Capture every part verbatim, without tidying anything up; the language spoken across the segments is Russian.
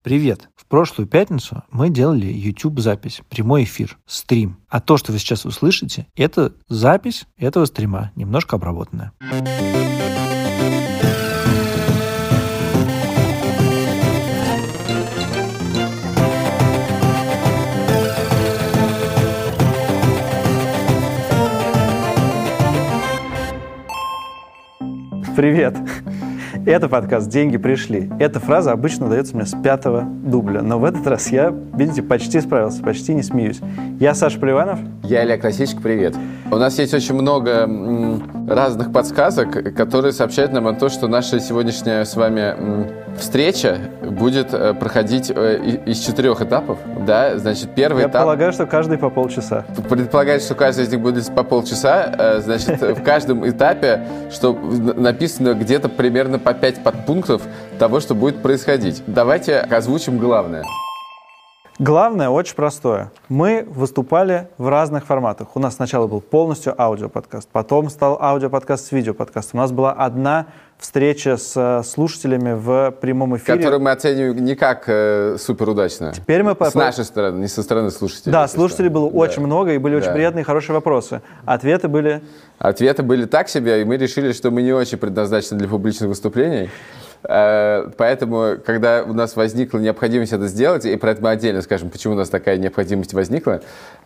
Привет! В прошлую пятницу мы делали YouTube-запись, прямой эфир, стрим. А то, что вы сейчас услышите, это запись этого стрима, немножко обработанная. Привет! Это подкаст «Деньги пришли». Эта фраза обычно дается мне с пятого дубля, но в этот раз я, видите, почти справился, почти не смеюсь. Я Саша Поливанов. Я Илья Красильщик, привет. У нас есть очень много м, разных подсказок, которые сообщают нам о том, что наша сегодняшняя с вами м, встреча будет э, проходить э, из четырех этапов. Да? Значит, первый я этап... Я полагаю, что каждый по полчаса. Предполагается, что каждый из них будет по полчаса. Э, значит, в каждом этапе, что написано где-то примерно по пять подпунктов того, что будет происходить. Давайте озвучим главное. Главное очень простое. Мы выступали в разных форматах. У нас сначала был полностью аудиоподкаст, потом стал аудиоподкаст с видеоподкастом. У нас была одна встреча с слушателями в прямом эфире. Которую мы оцениваем не как э, суперудачно. Теперь мы... С нашей стороны, не со стороны слушателей. Да, слушателей было да. очень много, и были да. очень приятные и хорошие вопросы. Ответы были... Ответы были так себе, и мы решили, что мы не очень предназначены для публичных выступлений. Поэтому, когда у нас возникла необходимость это сделать, и про это мы отдельно скажем, почему у нас такая необходимость возникла,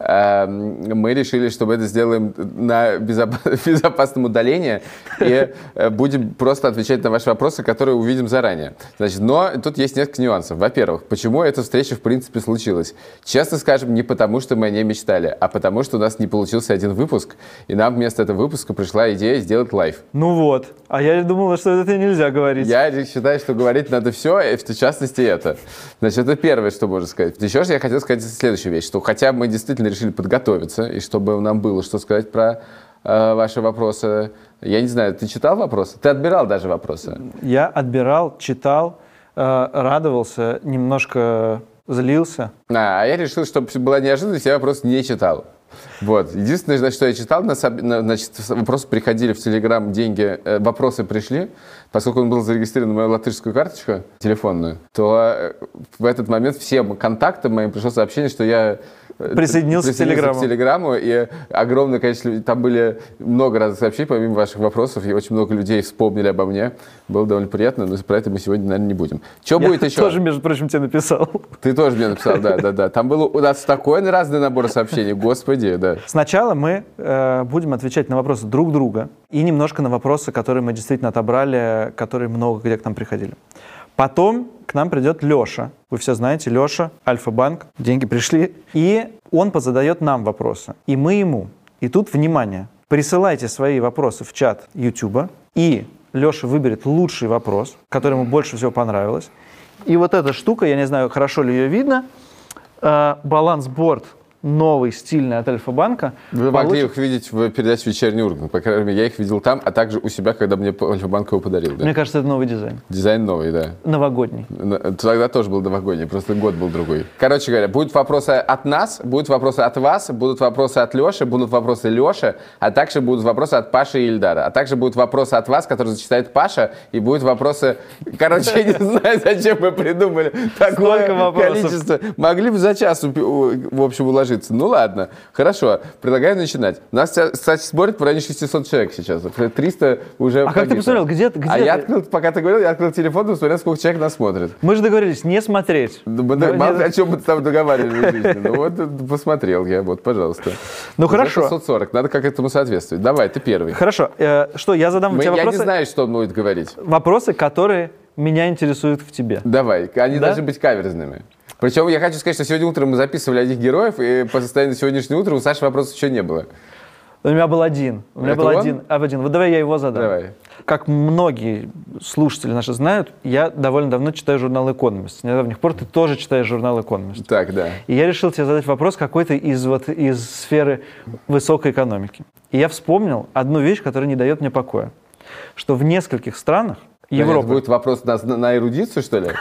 мы решили, что мы это сделаем на безопасном удалении и будем просто отвечать на ваши вопросы, которые увидим заранее. Значит, но тут есть несколько нюансов. Во-первых, почему эта встреча в принципе случилась? Честно скажем, не потому, что мы о ней мечтали, а потому, что у нас не получился один выпуск, и нам вместо этого выпуска пришла идея сделать лайв. Ну вот, а я думала, что это нельзя говорить. Я считаю, что говорить надо все, и в частности это. Значит, это первое, что можно сказать. Еще раз я хотел сказать следующую вещь, что хотя мы действительно решили подготовиться, и чтобы нам было что сказать про э, ваши вопросы, я не знаю, ты читал вопросы? Ты отбирал даже вопросы? Я отбирал, читал, э, радовался, немножко злился. А, а я решил, чтобы была неожиданность, я вопросы не читал. Вот. Единственное, значит, что я читал, значит, вопросы приходили в Телеграм, деньги, э, вопросы пришли. Поскольку он был зарегистрирован на мою латышскую карточку телефонную, то в этот момент всем контактам моим пришло сообщение, что я присоединился, присоединился к Телеграму, и огромное количество, там были много разных сообщений, помимо ваших вопросов, и очень много людей вспомнили обо мне. Было довольно приятно, но про это мы сегодня, наверное, не будем. Что будет еще? Я тоже, между прочим, тебе написал. Ты тоже мне написал, да, да, да. Там был у нас такой разный набор сообщений, господи, да. Сначала мы э, будем отвечать на вопросы друг друга и немножко на вопросы, которые мы действительно отобрали, которые много где к нам приходили. Потом к нам придет Леша. Вы все знаете, Леша, Альфа-банк, деньги пришли. И он позадает нам вопросы. И мы ему. И тут, внимание, присылайте свои вопросы в чат Ютуба. И Леша выберет лучший вопрос, который ему больше всего понравилось. И вот эта штука, я не знаю, хорошо ли ее видно, э, балансборд новый, стильный от Альфа-банка. Вы получит... могли их видеть в передаче «Вечерний Ургант». По крайней мере, я их видел там, а также у себя, когда мне Альфа-банк его подарил. Да? Мне кажется, это новый дизайн. Дизайн новый, да. Новогодний. Тогда тоже был новогодний, просто год был другой. Короче говоря, будут вопросы от нас, будут вопросы от вас, будут вопросы от Леши, будут вопросы Леши, а также будут вопросы от Паши и Ильдара. А также будут вопросы от вас, которые зачитает Паша, и будут вопросы... Короче, я не знаю, зачем мы придумали такое количество. Могли бы за час, в общем, уложиться. Ну ладно, хорошо, предлагаю начинать. У нас, кстати, смотрит в районе шестьсот человек сейчас, триста уже А погибло. Как ты посмотрел, где, где А ты? я открыл, пока ты говорил, я открыл телефон и посмотрел, сколько человек нас смотрит. Мы же договорились не смотреть. Да, да, мало о чем мы с тобой договаривались в жизни. Ну вот, посмотрел я, вот, пожалуйста. Ну хорошо. шестьсот сорок, надо как этому соответствовать. Давай, ты первый. Хорошо, э, что, я задам тебе вопросы? Я не знаю, что он будет говорить. Вопросы, которые меня интересуют в тебе. Давай, они да? должны быть каверзными. Причем я хочу сказать, что сегодня утром мы записывали одних героев, и по состоянию на сегодняшнее утро у Саши вопросов еще не было. У меня был один. У меня Это был он? один, один. Вот давай я его задам. Давай. Как многие слушатели наши знают, я довольно давно читаю журнал «Экономист». С недавних пор ты тоже читаешь журнал «Экономист». Так, да. И я решил тебе задать вопрос какой-то из, вот, из сферы высокой экономики. И я вспомнил одну вещь, которая не дает мне покоя. Что в нескольких странах Европы... Это будет вопрос на, на эрудицию, что ли?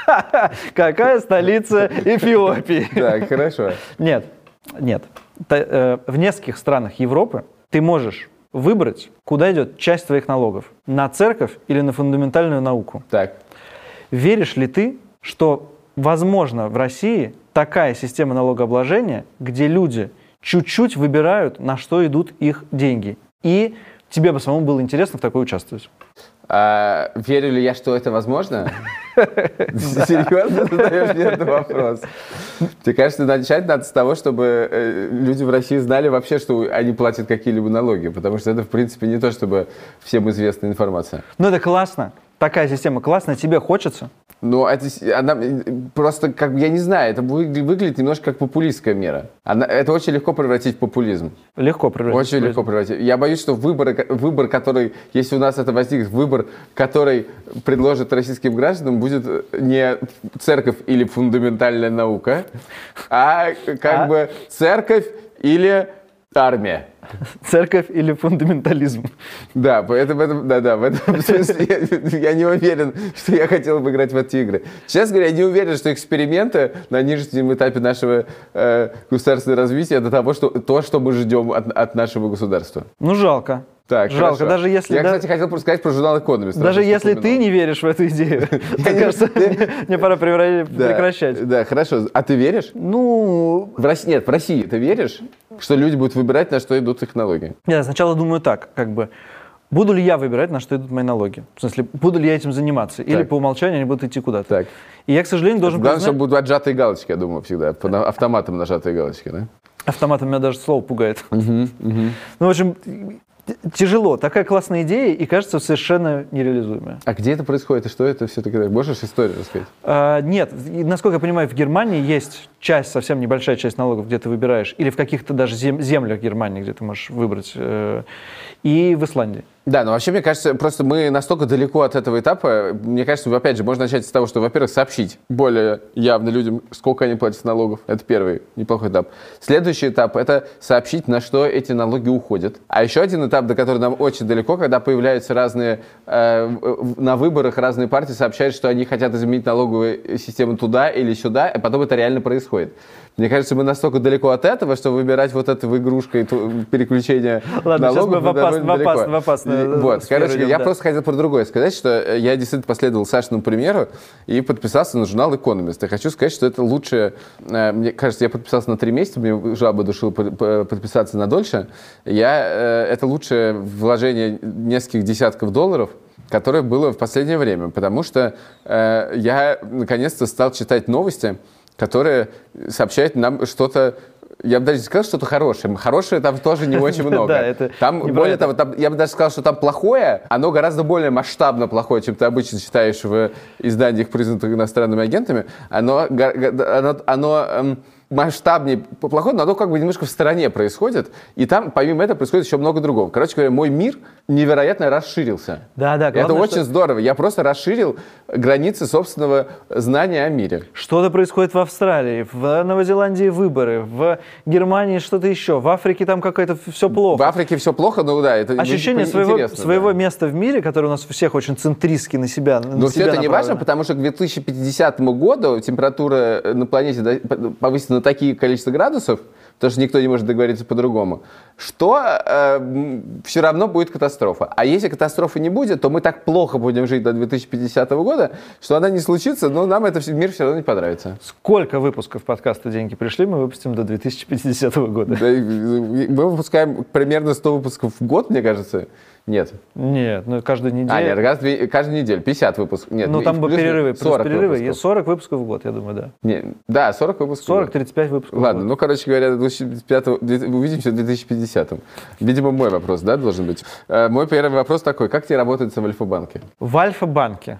Какая столица Эфиопии? Так, хорошо. Нет, нет. В нескольких странах Европы ты можешь выбрать, куда идет часть твоих налогов. На церковь или на фундаментальную науку. Так. Веришь ли ты, что возможно, в России такая система налогообложения, где люди чуть-чуть выбирают, на что идут их деньги. И тебе бы самому было интересно в такое участвовать. А, верю ли я, что это возможно? Серьезно задаешь мне этот вопрос? Мне кажется, начать надо с того, чтобы э, люди в России знали вообще, что они платят какие-либо налоги, потому что это, в принципе, не то, чтобы всем известная информация. Ну, это классно. Такая система классная, тебе хочется? Ну, это она, просто, как я не знаю, это выглядит немножко как популистская мера. Она, это очень легко превратить в популизм. Легко превратить. Очень легко превратить. Я боюсь, что выбор, выбор, который, если у нас это возникнет, выбор, который предложит российским гражданам, будет не церковь или фундаментальная наука, а как а? бы церковь или армия. Церковь или фундаментализм. Да, поэтому, это, да, да, в этом смысле я, я не уверен, что я хотел бы играть в эти игры. Честно говоря, я не уверен, что эксперименты на нижнем этапе нашего э, государственного развития это того, что, то, что мы ждем от, от нашего государства. Ну, жалко. Так, жалко, хорошо. даже если... Я, да... кстати, хотел сказать про журнал «Экономист». Даже если ты не веришь в эту идею, мне кажется, мне пора прекращать. Да, хорошо. А ты веришь? Ну... Нет, в России ты веришь, что люди будут выбирать, на что идут их налоги? Я сначала думаю так, как бы, буду ли я выбирать, на что идут мои налоги? В смысле, буду ли я этим заниматься? Или по умолчанию они будут идти куда-то? Так. И я, к сожалению, должен признать... Главное, чтобы будут отжатые галочки, я думаю, всегда. Автоматом нажатые галочки, да? Автоматом меня даже слово пугает. Угу, угу. Ну, в общем... Тяжело. Такая классная идея и, кажется, совершенно нереализуемая. А где это происходит? И что это все-таки? Можешь историю рассказать? А, нет. И, насколько я понимаю, в Германии есть часть, совсем небольшая часть налогов, где ты выбираешь. Или в каких-то даже зем- землях Германии, где ты можешь выбрать. Э- и в Исландии. Да, но вообще, мне кажется, просто мы настолько далеко от этого этапа. Мне кажется, опять же, можно начать с того, что, во-первых, сообщить более явно людям, сколько они платят налогов. Это первый неплохой этап. Следующий этап – это сообщить, на что эти налоги уходят. А еще один этап, до которого нам очень далеко, когда появляются разные, э, на выборах разные партии сообщают, что они хотят изменить налоговую систему туда или сюда, а потом это реально происходит. Мне кажется, мы настолько далеко от этого, что выбирать вот этой игрушкой переключения Ладно, налогов мы довольно далеко. В опасную вот, короче, идем, я да. просто хотел про другое сказать, что я действительно последовал Сашиному примеру и подписался на журнал «Экономист». Я хочу сказать, что это лучшее... Мне кажется, я подписался на три месяца, мне жаба душила подписаться на дольше. Я, это лучшее вложение нескольких десятков долларов, которое было в последнее время, потому что я наконец-то стал читать новости, которые сообщают нам что-то, я бы даже не сказал, что это хорошее. Хорошее там тоже не очень много. Да, это там, более того, там, я бы даже сказал, что там плохое, оно гораздо более масштабно плохое, чем ты обычно читаешь в изданиях, признанных иностранными агентами. Оно, оно, оно эм, масштабнее плохое, но оно как бы немножко в стороне происходит. И там, помимо этого, происходит еще много другого. Короче говоря, мой мир невероятно расширился. Да, да. Это главное, очень что... здорово. Я просто расширил границы собственного знания о мире. Что-то происходит в Австралии, в Новой Зеландии выборы, в Германии что-то еще, в Африке там какое-то все плохо. В Африке все плохо, но да, это ощущение своего, своего да. места в мире, которое у нас у всех очень центристски на себя. На но себя все это не важно, потому что к две тысячи пятидесятому году температура на планете повысится на такие количество градусов, потому что никто не может договориться по-другому, что э, все равно будет катастрофа. А если катастрофы не будет, то мы так плохо будем жить до две тысячи пятидесятого года, что она не случится, но нам это мир все равно не понравится. Сколько выпусков подкаста «Деньги пришли» мы выпустим до две тысячи пятидесятого года? Мы выпускаем примерно сто выпусков в год, мне кажется. Нет. Нет, ну каждую неделю. А, нет, каждую, каждую неделю, пятьдесят выпусков. Нет, ну там бы перерывы, сорок перерывы, выпусков. сорок выпусков в год, я думаю, да. Нет, да, сорок выпусков. сорок тридцать пять выпусков. Ладно, ну, короче говоря, две тысячи пятидесятого, увидимся в две тысячи пятидесятом. Видимо, мой вопрос, да, должен быть. Мой первый вопрос такой, как тебе работается в Альфа-банке? В Альфа-банке.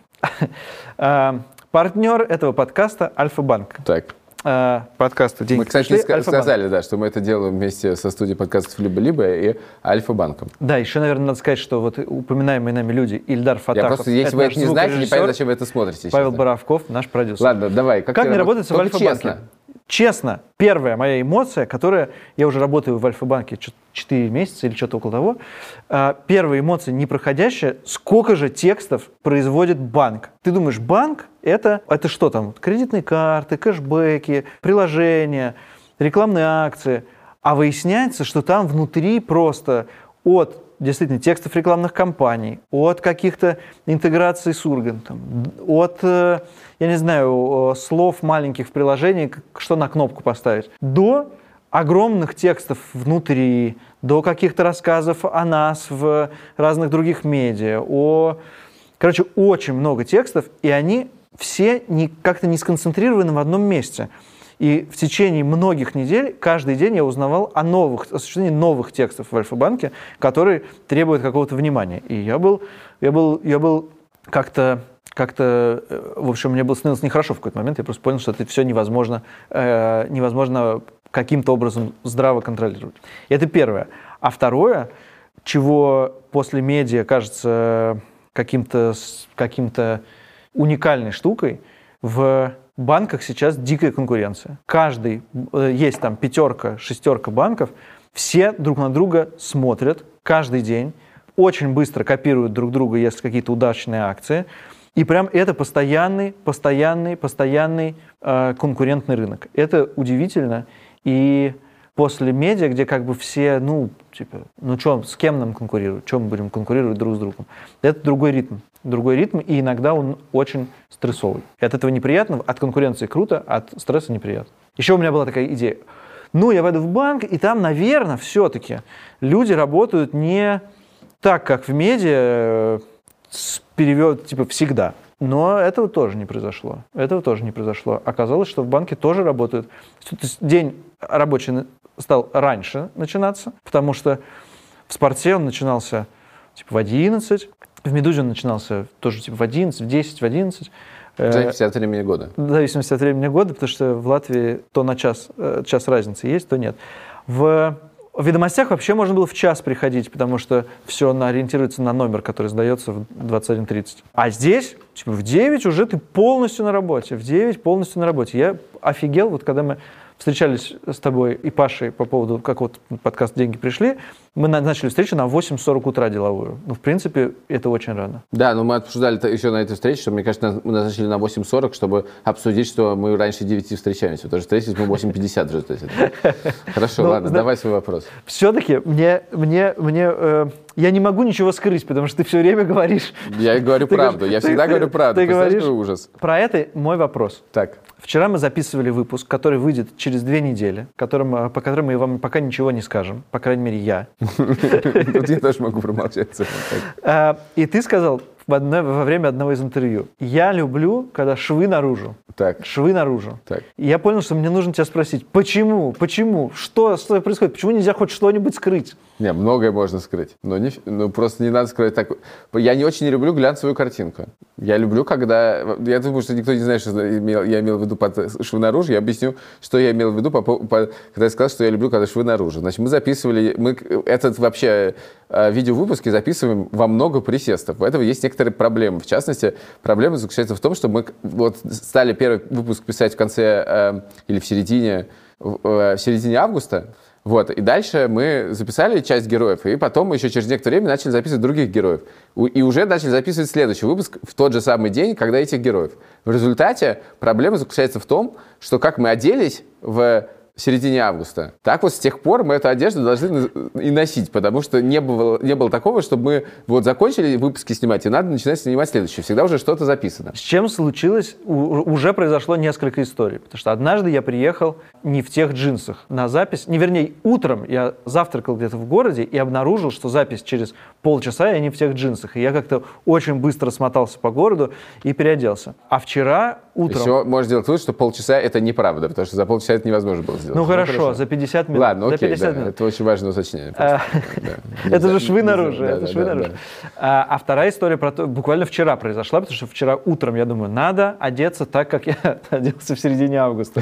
Партнер этого подкаста Альфа-банк. Так. Подкаста «Деньги Мы, кстати, пришли», ска- сказали, да, что мы это делаем вместе со студией подкастов «Либо-либо» и Альфа-банком. Да, еще, наверное, надо сказать, что вот упоминаемые нами люди Ильдар Фатахов. Я просто, если это вы это не знаете, не понятно, зачем вы это смотрите. Павел сейчас, Боровков, наш продюсер. Ладно, давай. Как, как мне работает работается в Альфа-банке? Честно. Честно, первая моя эмоция, которая... Я уже работаю в Альфа-банке четыре месяца или что-то около того. Первая эмоция непроходящая. Сколько же текстов производит банк? Ты думаешь, банк — это, это что там? Кредитные карты, кэшбэки, приложения, рекламные акции. А выясняется, что там внутри просто от действительно текстов рекламных кампаний, от каких-то интеграций с Ургантом, от, я не знаю, слов маленьких в приложении, что на кнопку поставить, до огромных текстов внутри, до каких-то рассказов о нас в разных других медиа, о... Короче, очень много текстов, и они все не, как-то не сконцентрированы в одном месте. И в течение многих недель каждый день я узнавал о новых, о существовании новых текстов в Альфа-банке, которые требуют какого-то внимания. И я был, я был, я был как-то, как-то, в общем, мне было становилось нехорошо в какой-то момент. Я просто понял, что это все невозможно, э, невозможно каким-то образом здраво контролировать. И это первое. А второе, чего после медиа кажется каким-то, каким-то уникальной штукой, в банках сейчас дикая конкуренция. Каждый, есть там пятерка, шестерка банков, все друг на друга смотрят каждый день, очень быстро копируют друг друга, если какие-то удачные акции. И прям это постоянный, постоянный, постоянный э, конкурентный рынок. Это удивительно. И после медиа, где как бы все, ну, типа, ну что, с кем нам конкурировать? Чем мы будем конкурировать друг с другом? Это другой ритм. Другой ритм, и иногда он очень стрессовый. И от этого неприятно, от конкуренции круто, от стресса неприятно. Еще у меня была такая идея. Ну, я пойду в банк, и там, наверное, все-таки люди работают не так, как в медиа, перевод, типа, всегда. Но этого тоже не произошло. Этого тоже не произошло. Оказалось, что в банке тоже работают. То есть день рабочий стал раньше начинаться, потому что в «Спорте» он начинался типа в одиннадцать, в «Медузе» он начинался тоже типа в одиннадцать, в десять, в одиннадцать. В зависимости от времени года. В зависимости от времени года, потому что в Латвии то на час, час разницы есть, то нет. В В «Ведомостях» вообще можно было в час приходить, потому что все ориентируется на номер, который сдается в двадцать один тридцать. А здесь, типа, в девять уже ты полностью на работе. В девять полностью на работе. Я офигел, вот когда мы встречались с тобой и Пашей по поводу, как вот подкаст «Деньги пришли», мы начали встречу на восемь сорок утра деловую. Ну, в принципе, это очень рано. Да, но мы обсуждали еще на этой встрече, что, мне кажется, мы назначили на восемь сорок, чтобы обсудить, что мы раньше девяти встречаемся. Потому что встретились мы в восемь пятьдесят уже. Хорошо, ладно, давай свой вопрос. Все-таки мне, мне, мне, э, я не могу ничего скрыть, потому что ты все время говоришь... Я говорю правду, я всегда говорю правду. Ты говоришь ужас. Про это мой вопрос. Так. Вчера мы записывали выпуск, который выйдет через две недели, которым, по которому мы вам пока ничего не скажем, по крайней мере, я. Тут я тоже могу промолчать. И ты сказал во время одного из интервью: я люблю, когда швы наружу. Так. Швы наружу. Так. И я понял, что мне нужно тебя спросить, почему? Почему? Что, что происходит? Почему нельзя хоть что-нибудь скрыть? Не, многое можно скрыть, но не, ну, просто не надо скрыть так. Я не очень люблю глянцевую картинку. Я люблю, когда... Я думаю, что никто не знает, что я имел, я имел в виду под швы наружу. Я объясню, что я имел в виду, по, по, когда я сказал, что я люблю, когда швы наружу. Значит, мы записывали... Мы этот вообще видеовыпуски записываем во много присестов. В этом есть некоторые проблемы. В частности, проблема заключается в том, что мы вот стали первый выпуск писать в конце э, или в середине, в, в середине августа. Вот. И дальше мы записали часть героев, и потом мы еще через некоторое время начали записывать других героев. И уже начали записывать следующий выпуск в тот же самый день, когда этих героев. В результате проблема заключается в том, что как мы оделись в середине августа, так вот с тех пор мы эту одежду должны и носить, потому что не было, не было такого, чтобы мы вот закончили выпуски снимать, и надо начинать снимать следующий. Всегда уже что-то записано. С чем случилось? Уже произошло несколько историй. Потому что однажды я приехал не в тех джинсах на запись, не вернее, утром я завтракал где-то в городе и обнаружил, что запись через полчаса, я не в тех джинсах. И я как-то очень быстро смотался по городу и переоделся. А вчера утром... Еще можно сделать вывод, что полчаса это неправда, потому что за полчаса это невозможно было сделать. Ну, ну хорошо, хорошо, за пятьдесят минут. Ладно, окей, за пятьдесят да, минут. Это очень важное уточнение. Это же швы наружу. А вторая история про то, буквально вчера произошла, потому что вчера утром я думаю, надо одеться так, как я оделся в середине августа.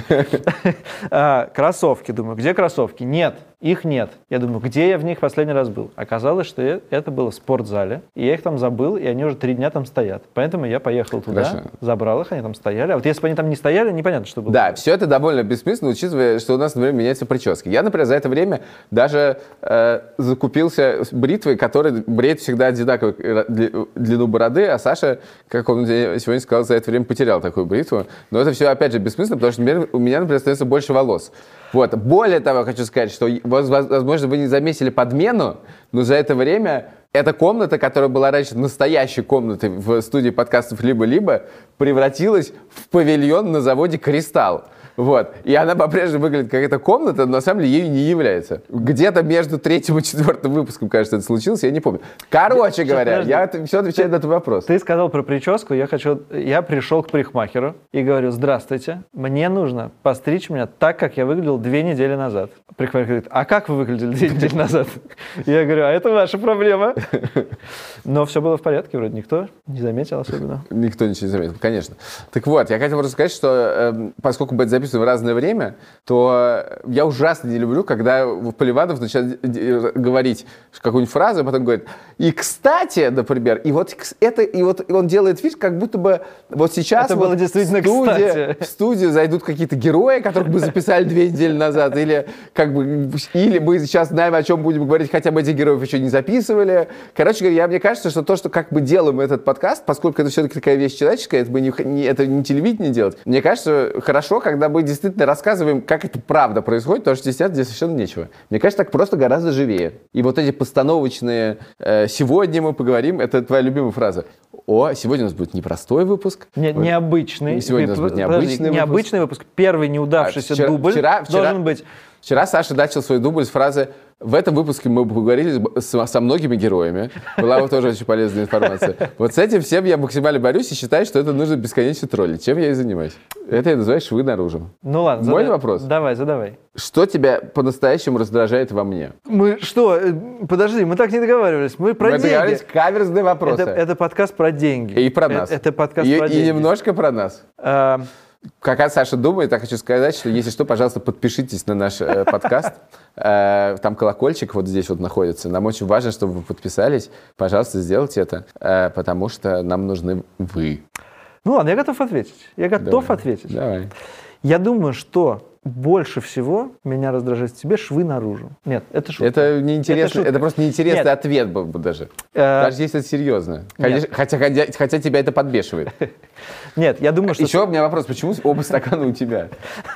Кроссовки, думаю, где кроссовки? Нет, их нет. Я думаю, где я в них последний раз был? Оказалось, что это было в спортзале, и я их там забыл, и они уже три дня там стоят. Поэтому я поехал туда, Хорошо. забрал их, они там стояли. А вот если бы они там не стояли, непонятно, что было. Да, все это довольно бессмысленно, учитывая, что у нас, например, меняются прически. Я, например, за это время даже э, закупился бритвой, которая бреет всегда одинаковую длину бороды, а Саша, как он сегодня сказал, за это время потерял такую бритву. Но это все, опять же, бессмысленно, потому что например, у меня, например, становится больше волос. Вот. Более того, хочу сказать, что возможно, вы не заметили подмену, но за это время эта комната, которая была раньше настоящей комнатой в студии подкастов «Либо-либо», превратилась в павильон на заводе «Кристалл». Вот. И она по-прежнему выглядит как эта комната, но на самом деле ею не является. Где-то между третьим и четвертым выпуском, кажется, это случилось, я не помню. Короче Сейчас, говоря, подожди. я все отвечаю на твой вопрос. Ты сказал про прическу, я хочу... Я пришел к парикмахеру и говорю: здравствуйте, мне нужно постричь меня так, как я выглядел две недели назад. Парикмахер говорит: а как вы выглядели две недели назад? Я говорю: а это ваша проблема. Но все было в порядке, вроде никто не заметил особенно. Никто ничего не заметил, конечно. Так вот, я хотел просто сказать, что э, поскольку будет записано в разное время, то я ужасно не люблю, когда Поливанов начинает говорить какую-нибудь фразу, а потом говорит: и кстати, например, и вот это, и вот и он делает вид, как будто бы вот сейчас это вот было действительно в, студии, кстати. в студию зайдут какие-то герои, которых мы записали две недели назад, или как бы, или мы сейчас знаем, о чем будем говорить, хотя бы этих героев еще не записывали. Короче говоря, я, мне кажется, что то, что как бы делаем этот подкаст, поскольку это все-таки такая вещь человеческая, это, мы не, не, это не телевидение делать, мне кажется, хорошо, когда мы действительно рассказываем, как это правда происходит, потому что здесь здесь совершенно нечего. Мне кажется, так просто гораздо живее. И вот эти постановочные э, «сегодня мы поговорим» — это твоя любимая фраза. О, сегодня у нас будет непростой выпуск. Не, вот. Необычный. Сегодня у нас будет необычный Подожди, выпуск. Необычный выпуск. Первый неудавшийся А, вчера, дубль вчера, вчера, должен быть... Вчера Саша начал свой дубль с фразы: в этом выпуске мы поговорили с, со многими героями. Была вот тоже очень полезная информация. Вот с этим всем я максимально борюсь и считаю, что это нужно бесконечно троллить. Чем я и занимаюсь. Это я называю швы наружу. Ну ладно. Мой зада... вопрос? Давай, задавай. Что тебя по-настоящему раздражает во мне? Мы что? Подожди, мы так не договаривались. Мы про мы деньги. договорились каверзные вопросы. Это, это подкаст про деньги. И про нас. Это, это подкаст и, про и деньги. немножко про нас. А... Как Саша думает, я хочу сказать, что если что, пожалуйста, подпишитесь на наш э, подкаст. Э, там колокольчик вот здесь вот находится. Нам очень важно, чтобы вы подписались. Пожалуйста, сделайте это, э, потому что нам нужны вы. Ну ладно, я готов ответить. Я готов Давай. ответить. Давай. Я думаю, что больше всего меня раздражает в тебе швы наружу. Нет, это шутка. Это неинтересно, это, это просто неинтересный Нет. ответ был бы даже. Э, Даже если это серьезно. Конечно, хотя, хотя, хотя тебя это подбешивает. Нет, я думаю, что... Еще у меня вопрос, почему оба стакана у тебя?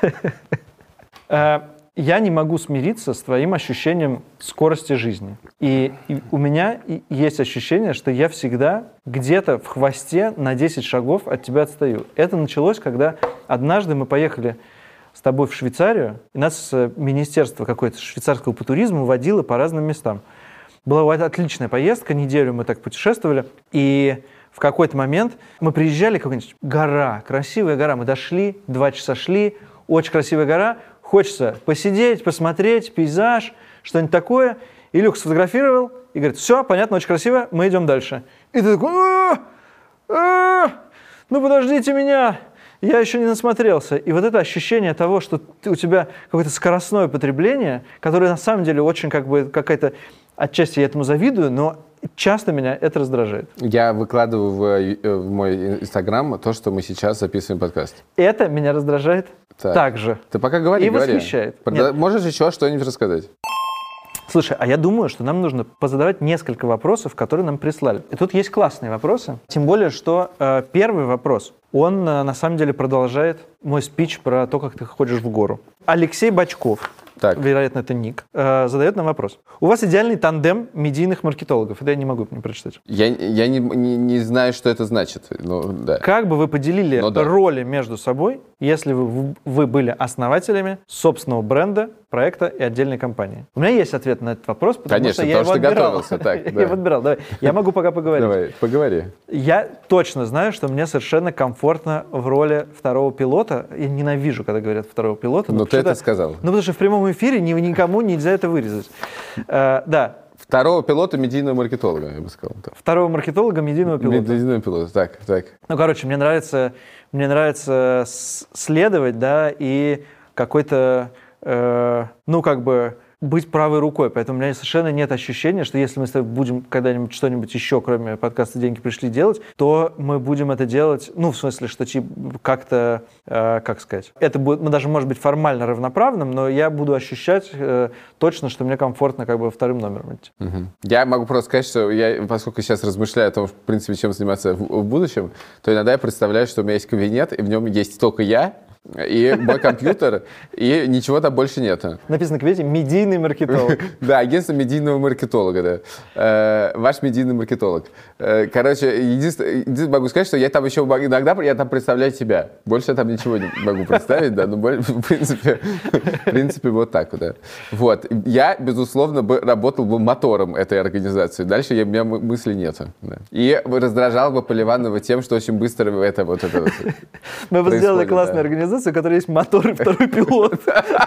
Э, Я не могу смириться с твоим ощущением скорости жизни. И, и у меня и есть ощущение, что я всегда где-то в хвосте на десять шагов от тебя отстаю. Это началось, когда однажды мы поехали с тобой в Швейцарию, и нас министерство какое-то швейцарского по туризму водило по разным местам. Была отличная поездка, неделю мы так путешествовали, и в какой-то момент мы приезжали, какая-нибудь гора, красивая гора, мы дошли, два часа шли, очень красивая гора, хочется посидеть, посмотреть, пейзаж, что-нибудь такое. Илюх сфотографировал и говорит: все, понятно, очень красиво, мы идем дальше. И ты такой: а, а, ну подождите меня, я еще не насмотрелся. И вот это ощущение того, что ты, у тебя какое-то скоростное потребление, которое на самом деле очень как бы какая-то, отчасти я этому завидую, но часто меня это раздражает. Я выкладываю в, в мой инстаграм то, что мы сейчас записываем подкаст. Это меня раздражает Так. также. Ты пока говори, И говори. восхищает. Прода- Нет. Можешь еще что-нибудь рассказать? Слушай, а я думаю, что нам нужно позадавать несколько вопросов, которые нам прислали. И тут есть классные вопросы. Тем более, что э, первый вопрос, он э, на самом деле продолжает мой спич про то, как ты ходишь в гору. Алексей Бочков, Так. вероятно, это ник, э, задает нам вопрос. У вас идеальный тандем медийных маркетологов. Это я не могу не прочитать. Я, я не, не, не знаю, что это значит. Ну, да. Как бы вы поделили Ну да. роли между собой, если вы, вы были основателями собственного бренда, проекта и отдельной компании? У меня есть ответ на этот вопрос, потому Конечно, что я потому его что отбирал. готовился, так, Я да. его отбирал. Давай. Я могу пока поговорить. Давай, поговори. Я точно знаю, что мне совершенно комфортно в роли второго пилота. Я ненавижу, когда говорят второго пилота. Но ты почему-то- это сказал. Ну, потому что в прямом эфире ни- никому нельзя это вырезать. Э, да, Второго пилота медийного маркетолога, я бы сказал. Так. второго маркетолога, медийного пилота. Медийного пилота, так, так. Ну, короче, мне нравится, мне нравится с- следовать, да, и какой-то, э, ну, как бы быть правой рукой. Поэтому у меня совершенно нет ощущения, что если мы с тобой будем когда-нибудь что-нибудь еще, кроме подкаста «Деньги пришли» делать, то мы будем это делать, ну, в смысле, что типа как-то, э, как сказать, это будет, мы даже, может быть, формально равноправным, но я буду ощущать э, точно, что мне комфортно как бы вторым номером идти. Мгм. Я могу просто сказать, что я, поскольку сейчас размышляю о том, в принципе, чем заниматься в, в будущем, то иногда я представляю, что у меня есть кабинет, и в нем есть только я, и мой компьютер, и ничего там больше нету. Написано, видите, медийный маркетолог. Да, агентство медийного маркетолога, да. Э, ваш медийный маркетолог. Э, короче, единственное, единственное, могу сказать, что я там еще иногда я там представляю себя. Больше я там ничего не могу представить, да, но в принципе, в принципе вот так вот, да. Вот. Я, безусловно, бы работал бы мотором этой организации. Дальше я, у меня мысли нету. Да. И раздражал бы Поливанова тем, что очень быстро это вот это вот Мы бы сделали классную организацию, у которой есть мотор и второй пилот.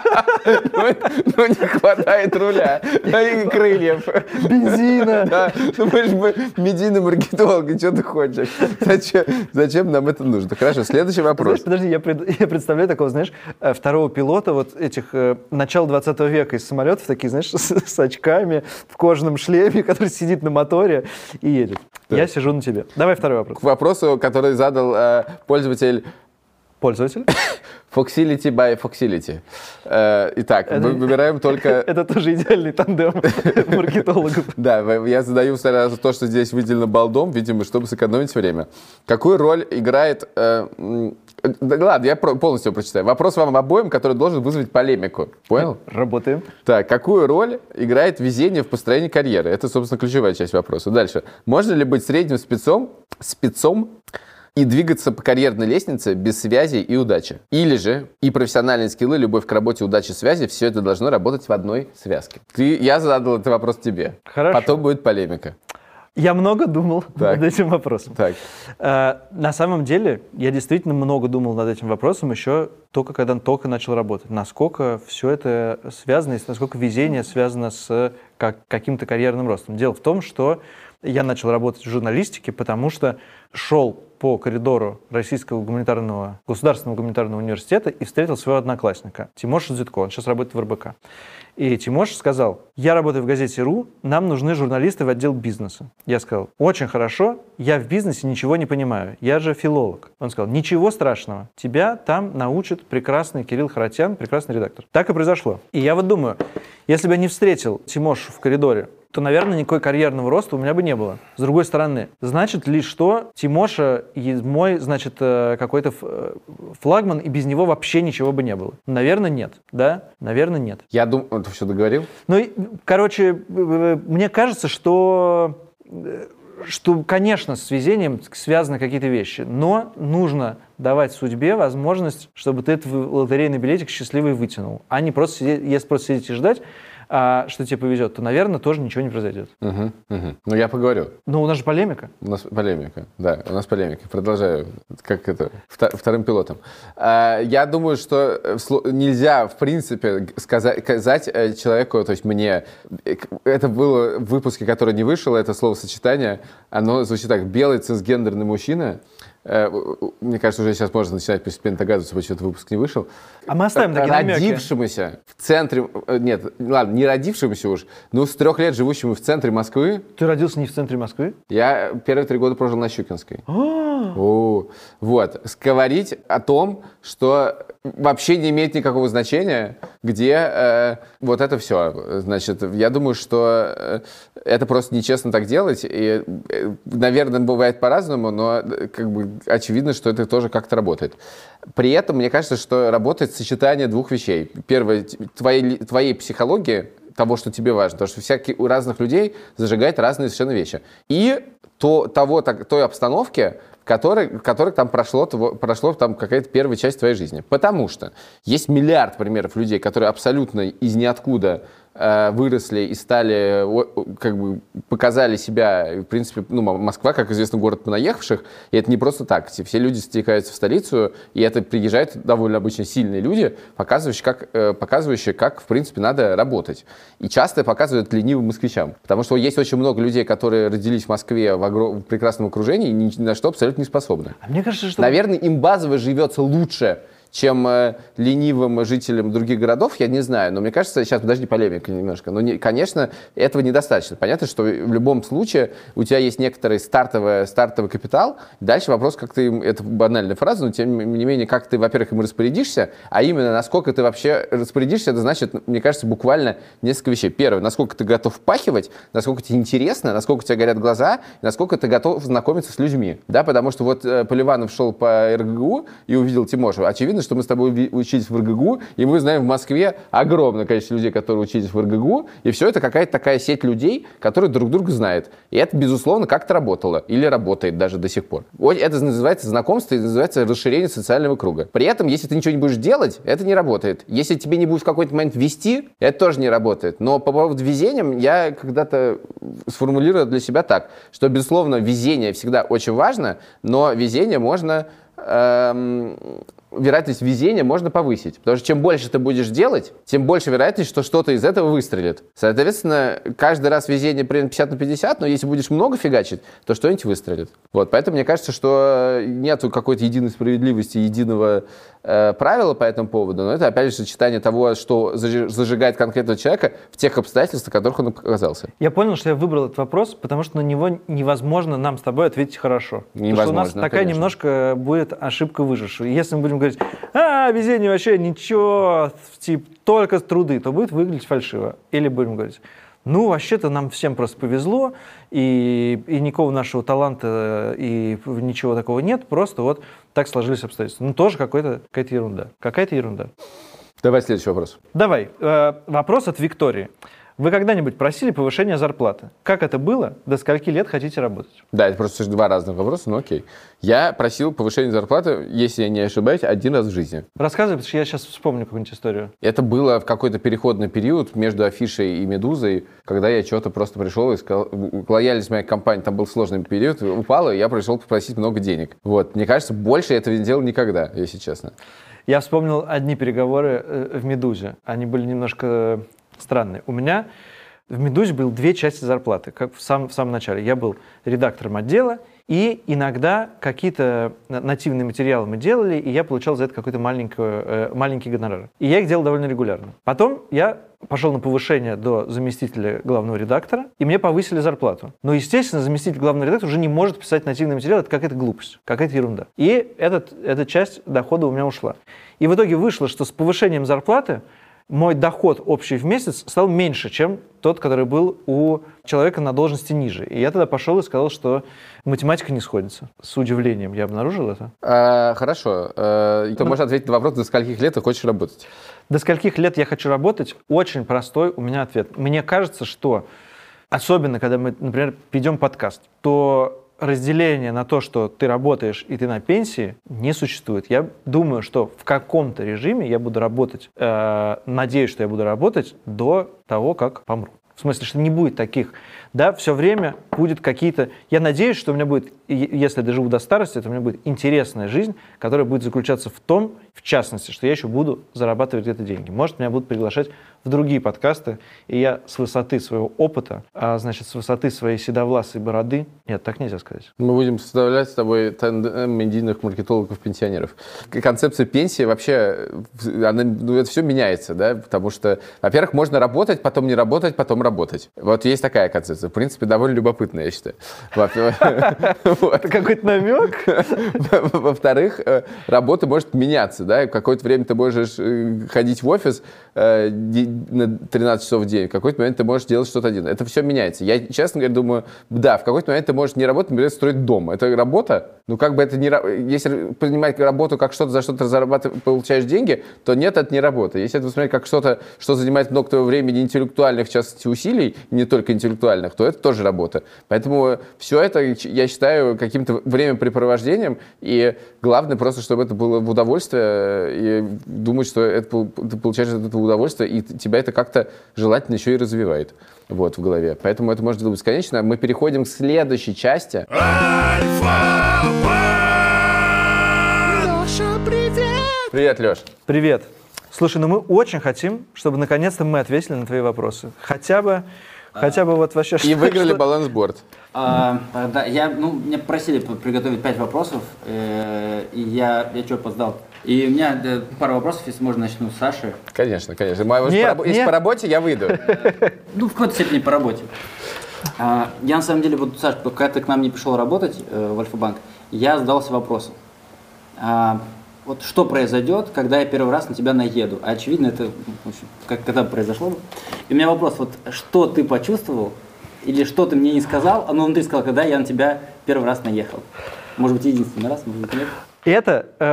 Ну, не хватает руля и крыльев. Бензина. Да. Ну, мы же медийный маркетолог, и что ты хочешь? Зачем, зачем нам это нужно? Хорошо, следующий вопрос. Знаешь, подожди, я, пред, я представляю такого, знаешь, второго пилота, вот этих, э, начала двадцатого века из самолетов, такие, знаешь, с, с очками, в кожаном шлеме, который сидит на моторе и едет. Да. Я сижу на тебе. Давай второй вопрос. К вопросу, который задал э, пользователь... Пользователь? Foxility by Foxility. Э, итак, это, мы выбираем только... Это тоже идеальный тандем маркетологов. Да, я задаю сразу то, что здесь выделено балдом, видимо, чтобы сэкономить время. Какую роль играет... Э, да, ладно, я полностью прочитаю. Вопрос вам обоим, который должен вызвать полемику. Понял? Работаем. Так, какую роль играет везение в построении карьеры? Это, собственно, ключевая часть вопроса. Дальше. Можно ли быть средним спецом, спецом и двигаться по карьерной лестнице без связи и удачи? Или же и профессиональные скиллы, любовь к работе, удача, связи, все это должно работать в одной связке? Ты, я задал этот вопрос тебе. Хорошо. Потом будет полемика. Я много думал так. над этим вопросом. Так. Э, на самом деле, я действительно много думал над этим вопросом еще только когда только начал работать. Насколько все это связано, насколько везение связано с как, каким-то карьерным ростом. Дело в том, что я начал работать в журналистике, потому что шел по коридору Российского гуманитарного, государственного гуманитарного университета и встретил своего одноклассника Тимоша Зитко. Он сейчас работает в эр бэ ка. И Тимоша сказал: я работаю в газете РУ, нам нужны журналисты в отдел бизнеса. Я сказал: очень хорошо, я в бизнесе ничего не понимаю, я же филолог. Он сказал: ничего страшного, тебя там научит прекрасный Кирилл Харатьян, прекрасный редактор. Так и произошло. И я вот думаю, если бы я не встретил Тимошу в коридоре, то, наверное, никакой карьерного роста у меня бы не было. С другой стороны, значит ли, что Тимоша мой, значит, какой-то флагман, и без него вообще ничего бы не было? Наверное, нет. Да? Наверное, нет. Я думаю... Ты все договорил? Ну, короче, мне кажется, что... что, конечно, с везением связаны какие-то вещи, но нужно давать судьбе возможность, чтобы ты этот лотерейный билетик счастливый вытянул, а не просто сидеть, если просто сидеть и ждать, а, что тебе повезет, то, наверное, тоже ничего не произойдет. Угу, угу. Ну, я поговорю. Ну, у нас же полемика. У нас полемика, да, у нас полемика. Продолжаю, как это, вторым пилотом. А, я думаю, что нельзя, в принципе, сказать, сказать человеку, то есть мне, это было в выпуске, который не вышел, это словосочетание, оно звучит так: белый цисгендерный мужчина. Мне кажется, уже сейчас можно начинать постепенно догадываться, почему этот выпуск не вышел. А мы оставим такие намеки. Родившемуся в центре... Нет, ладно, не родившемуся уж, но с трех лет живущему в центре Москвы. Ты родился не в центре Москвы? Я первые три года прожил на Щукинской. О, вот. Говорить о том, что вообще не имеет никакого значения, где э, вот это все. Значит, я думаю, что э, это просто нечестно так делать. И, э, наверное, бывает по-разному, но как бы очевидно, что это тоже как-то работает. При этом, мне кажется, что работает сочетание двух вещей. Первое, твоей, твоей психологии, того, что тебе важно, потому что всякие, у разных людей зажигает разные совершенно вещи. И то, того, так, той обстановки, в которой, в которой там прошло, прошло там какая-то первая часть твоей жизни. Потому что есть миллиард примеров людей, которые абсолютно из ниоткуда э, выросли и стали, как бы, показали себя. В принципе, ну, Москва, как известно, город понаехавших, и это не просто так. Все люди стекаются в столицу, и это приезжают довольно обычно сильные люди, показывающие как, э, показывающие, как, в принципе, надо работать. И часто показывают ленивым москвичам. Потому что есть очень много людей, которые родились в Москве в, огром... в прекрасном окружении и ни на что абсолютно не способны. А мне кажется, что... Наверное, им базово живется лучше, чем э, ленивым жителям других городов, я не знаю. Но мне кажется, сейчас, подожди, полемика немножко. Но, не, конечно, этого недостаточно. Понятно, что в любом случае у тебя есть некоторый стартовый, стартовый капитал. Дальше вопрос, как ты им... Это банальная фраза, но тем не менее, как ты, во-первых, им распорядишься, а именно, насколько ты вообще распорядишься, это значит, мне кажется, буквально несколько вещей. Первое, насколько ты готов впахивать, насколько тебе интересно, насколько у тебя горят глаза, насколько ты готов знакомиться с людьми. Да, потому что вот э, Поливанов шел по эр гэ гэ у и увидел Тимошу. Очевидно, очевидно, что мы с тобой учились в РГГУ, и мы знаем в Москве огромное количество людей, которые учились в РГГУ, и все это какая-то такая сеть людей, которые друг друга знают. И это, безусловно, как-то работало или работает даже до сих пор. Это называется знакомство, это называется расширение социального круга. При этом, если ты ничего не будешь делать, это не работает. Если тебе не будет в какой-то момент вести, это тоже не работает. Но по поводу везения я когда-то сформулировал для себя так, что, безусловно, везение всегда очень важно, но везение можно... Эм, вероятность везения можно повысить. Потому что чем больше ты будешь делать, тем больше вероятность, что что-то из этого выстрелит. Соответственно, каждый раз везение примерно пятьдесят на пятьдесят, но если будешь много фигачить, то что-нибудь выстрелит. Вот, поэтому мне кажется, что нету какой-то единой справедливости, единого э, правила по этому поводу, но это, опять же, сочетание того, что зажигает конкретного человека в тех обстоятельствах, в которых он оказался. Я понял, что я выбрал этот вопрос, потому что на него невозможно нам с тобой ответить хорошо. Невозможно, потому что у нас такая конечно. немножко будет ошибка выжившая. Если мы будем говорить, а, везение вообще ничего, типа, только труды, то будет выглядеть фальшиво. Или будем говорить, ну, вообще-то нам всем просто повезло, и, и никакого нашего таланта, и ничего такого нет, просто вот так сложились обстоятельства. Ну, тоже какой-то, какая-то ерунда. Какая-то ерунда. Давай следующий вопрос. Давай. Э, вопрос от Виктории. Вы когда-нибудь просили повышения зарплаты? Как это было? До скольки лет хотите работать? Да, это просто два разных вопроса, но окей. Я просил повышения зарплаты, если я не ошибаюсь, один раз в жизни. Рассказывай, потому что я сейчас вспомню какую-нибудь историю. Это было в какой-то переходный период между Афишей и Медузой, когда я что-то просто пришел и сказал, лояльность моей компании, там был сложный период, упала, и я пришел попросить много денег. Вот, мне кажется, больше я этого не делал никогда, если честно. Я вспомнил одни переговоры в Медузе. Они были немножко странные. У меня в Медузе было две части зарплаты, как в, сам, в самом начале. Я был редактором отдела, и иногда какие-то нативные материалы мы делали, и я получал за это какой-то маленький, э, маленький гонорар. И я их делал довольно регулярно. Потом я пошел на повышение до заместителя главного редактора, и мне повысили зарплату. Но, естественно, заместитель главного редактора уже не может писать нативный материал, это какая-то глупость, какая-то ерунда. И этот, эта часть дохода у меня ушла. И в итоге вышло, что с повышением зарплаты мой доход общий в месяц стал меньше, чем тот, который был у человека на должности ниже. И я тогда пошел и сказал, что математика не сходится. С удивлением я обнаружил это. А, хорошо. А, ты ну, можешь ответить на вопрос, до скольких лет ты хочешь работать? До скольких лет я хочу работать? Очень простой у меня ответ. Мне кажется, что, особенно когда мы, например, ведем подкаст, то разделение на то, что ты работаешь и ты на пенсии, не существует. Я думаю, что в каком-то режиме я буду работать, э, надеюсь, что я буду работать до того, как помру. В смысле, что не будет таких, да, все время будет какие-то... Я надеюсь, что у меня будет, если я доживу до старости, то у меня будет интересная жизнь, которая будет заключаться в том, в частности, что я еще буду зарабатывать где-то деньги. Может, меня будут приглашать в другие подкасты, и я с высоты своего опыта, а, значит, с высоты своей седовласой бороды... Нет, так нельзя сказать. Мы будем составлять с тобой тандем медийных маркетологов-пенсионеров. Концепция пенсии вообще, она, ну, это все меняется, да, потому что, во-первых, можно работать, потом не работать, потом работать. Вот есть такая концепция. В принципе, довольно любопытная, я считаю. Это какой-то намек? Во-вторых, работа может меняться, да, какое-то время ты можешь ходить в офис на тринадцать часов в день, в какой-то момент ты можешь делать что-то один. Это все меняется. Я, честно говоря, думаю, да, в какой-то момент ты можешь не работать, например, строить дом. Это работа, ну как бы это не... Если понимать работу как что-то, за что ты зарабатываешь, получаешь деньги, то нет, это не работа. Если это воспринимать как что-то, что занимает много твоего времени, интеллектуальных, в частности, усилий, не только интеллектуальных, то это тоже работа. Поэтому все это, я считаю, каким-то времяпрепровождением, и главное просто, чтобы это было в удовольствие, и думать, что это, ты получаешь от этого удовольствие, и тебя это как-то желательно еще и развивает. Вот, в голове. Поэтому это может быть бесконечно. Мы переходим к следующей части. Леша, привет! Привет, Леш. Привет. Слушай, ну мы очень хотим, чтобы наконец-то мы ответили на твои вопросы. Хотя бы, а, хотя бы вот вообще... И выиграли что... балансборд. А, да, я, ну, меня просили приготовить пять вопросов, э, и я, я что, опоздал. И у меня да, пара вопросов, если можно, начну с Саши. Конечно, конечно. Нет, по, если по работе, я выйду. Ну, в какой-то степени по работе. А, я, на самом деле, вот, Саша, когда ты к нам не пришел работать э, в Альфа-банк, я задался вопросом. А, вот что произойдет, когда я первый раз на тебя наеду? А очевидно, это, в общем, как, когда произошло бы. И у меня вопрос, вот что ты почувствовал, или что ты мне не сказал, а ну ты сказал, когда я на тебя первый раз наехал? Может быть, единственный раз, может быть, нет? Это... Э...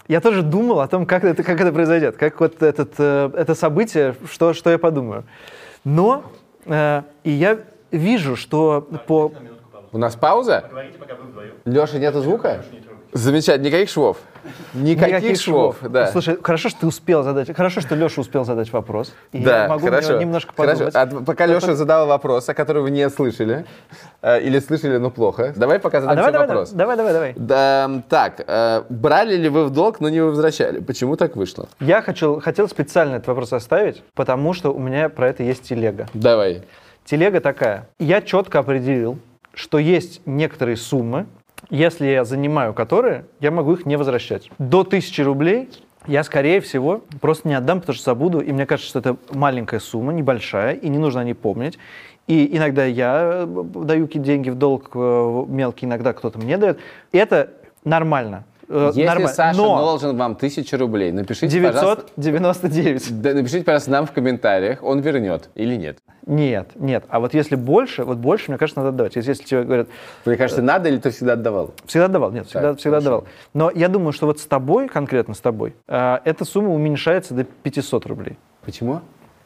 Я тоже думал о том, как это, как это произойдет, как вот этот, э, это событие, что, что я подумаю. Но э, и я вижу, что по... У нас пауза? Леша, нету звука? Замечательно, никаких швов. Никаких, Никаких швов, швов. да. Слушай, хорошо, что ты успел задать, хорошо, что Леша успел задать вопрос. И Да, я могу хорошо. немножко Хорошо. подумать. А пока Леша задал вопрос, о котором вы не слышали, э, или слышали, но плохо, давай пока А задам давай, тебе давай, вопрос. давай, давай, давай. Да, так, э, брали ли вы в долг, но не возвращали? Почему так вышло? Я хочу, хотел специально этот вопрос оставить, потому что у меня про это есть телега. Давай. Телега такая. Я четко определил, что есть некоторые суммы, если я занимаю которые, я могу их не возвращать. До тысячи рублей я, скорее всего, просто не отдам, потому что забуду. И мне кажется, что это маленькая сумма, небольшая, и не нужно о ней помнить. И иногда я даю какие-то деньги в долг мелкие, иногда кто-то мне дает. Это нормально. Если Нормально. Саша Но должен вам тысячу рублей, напишите, пожалуйста, девятьсот девяносто девять. да, напишите, пожалуйста, нам в комментариях, он вернет или нет. Нет, нет. А вот если больше, вот больше, мне кажется, надо отдавать. Если, если тебе говорят, Мне кажется, надо или ты всегда отдавал? всегда отдавал, нет, всегда, Так, всегда хорошо. отдавал. Но я думаю, что вот с тобой, конкретно с тобой, э, эта сумма уменьшается до пятисот рублей. Почему?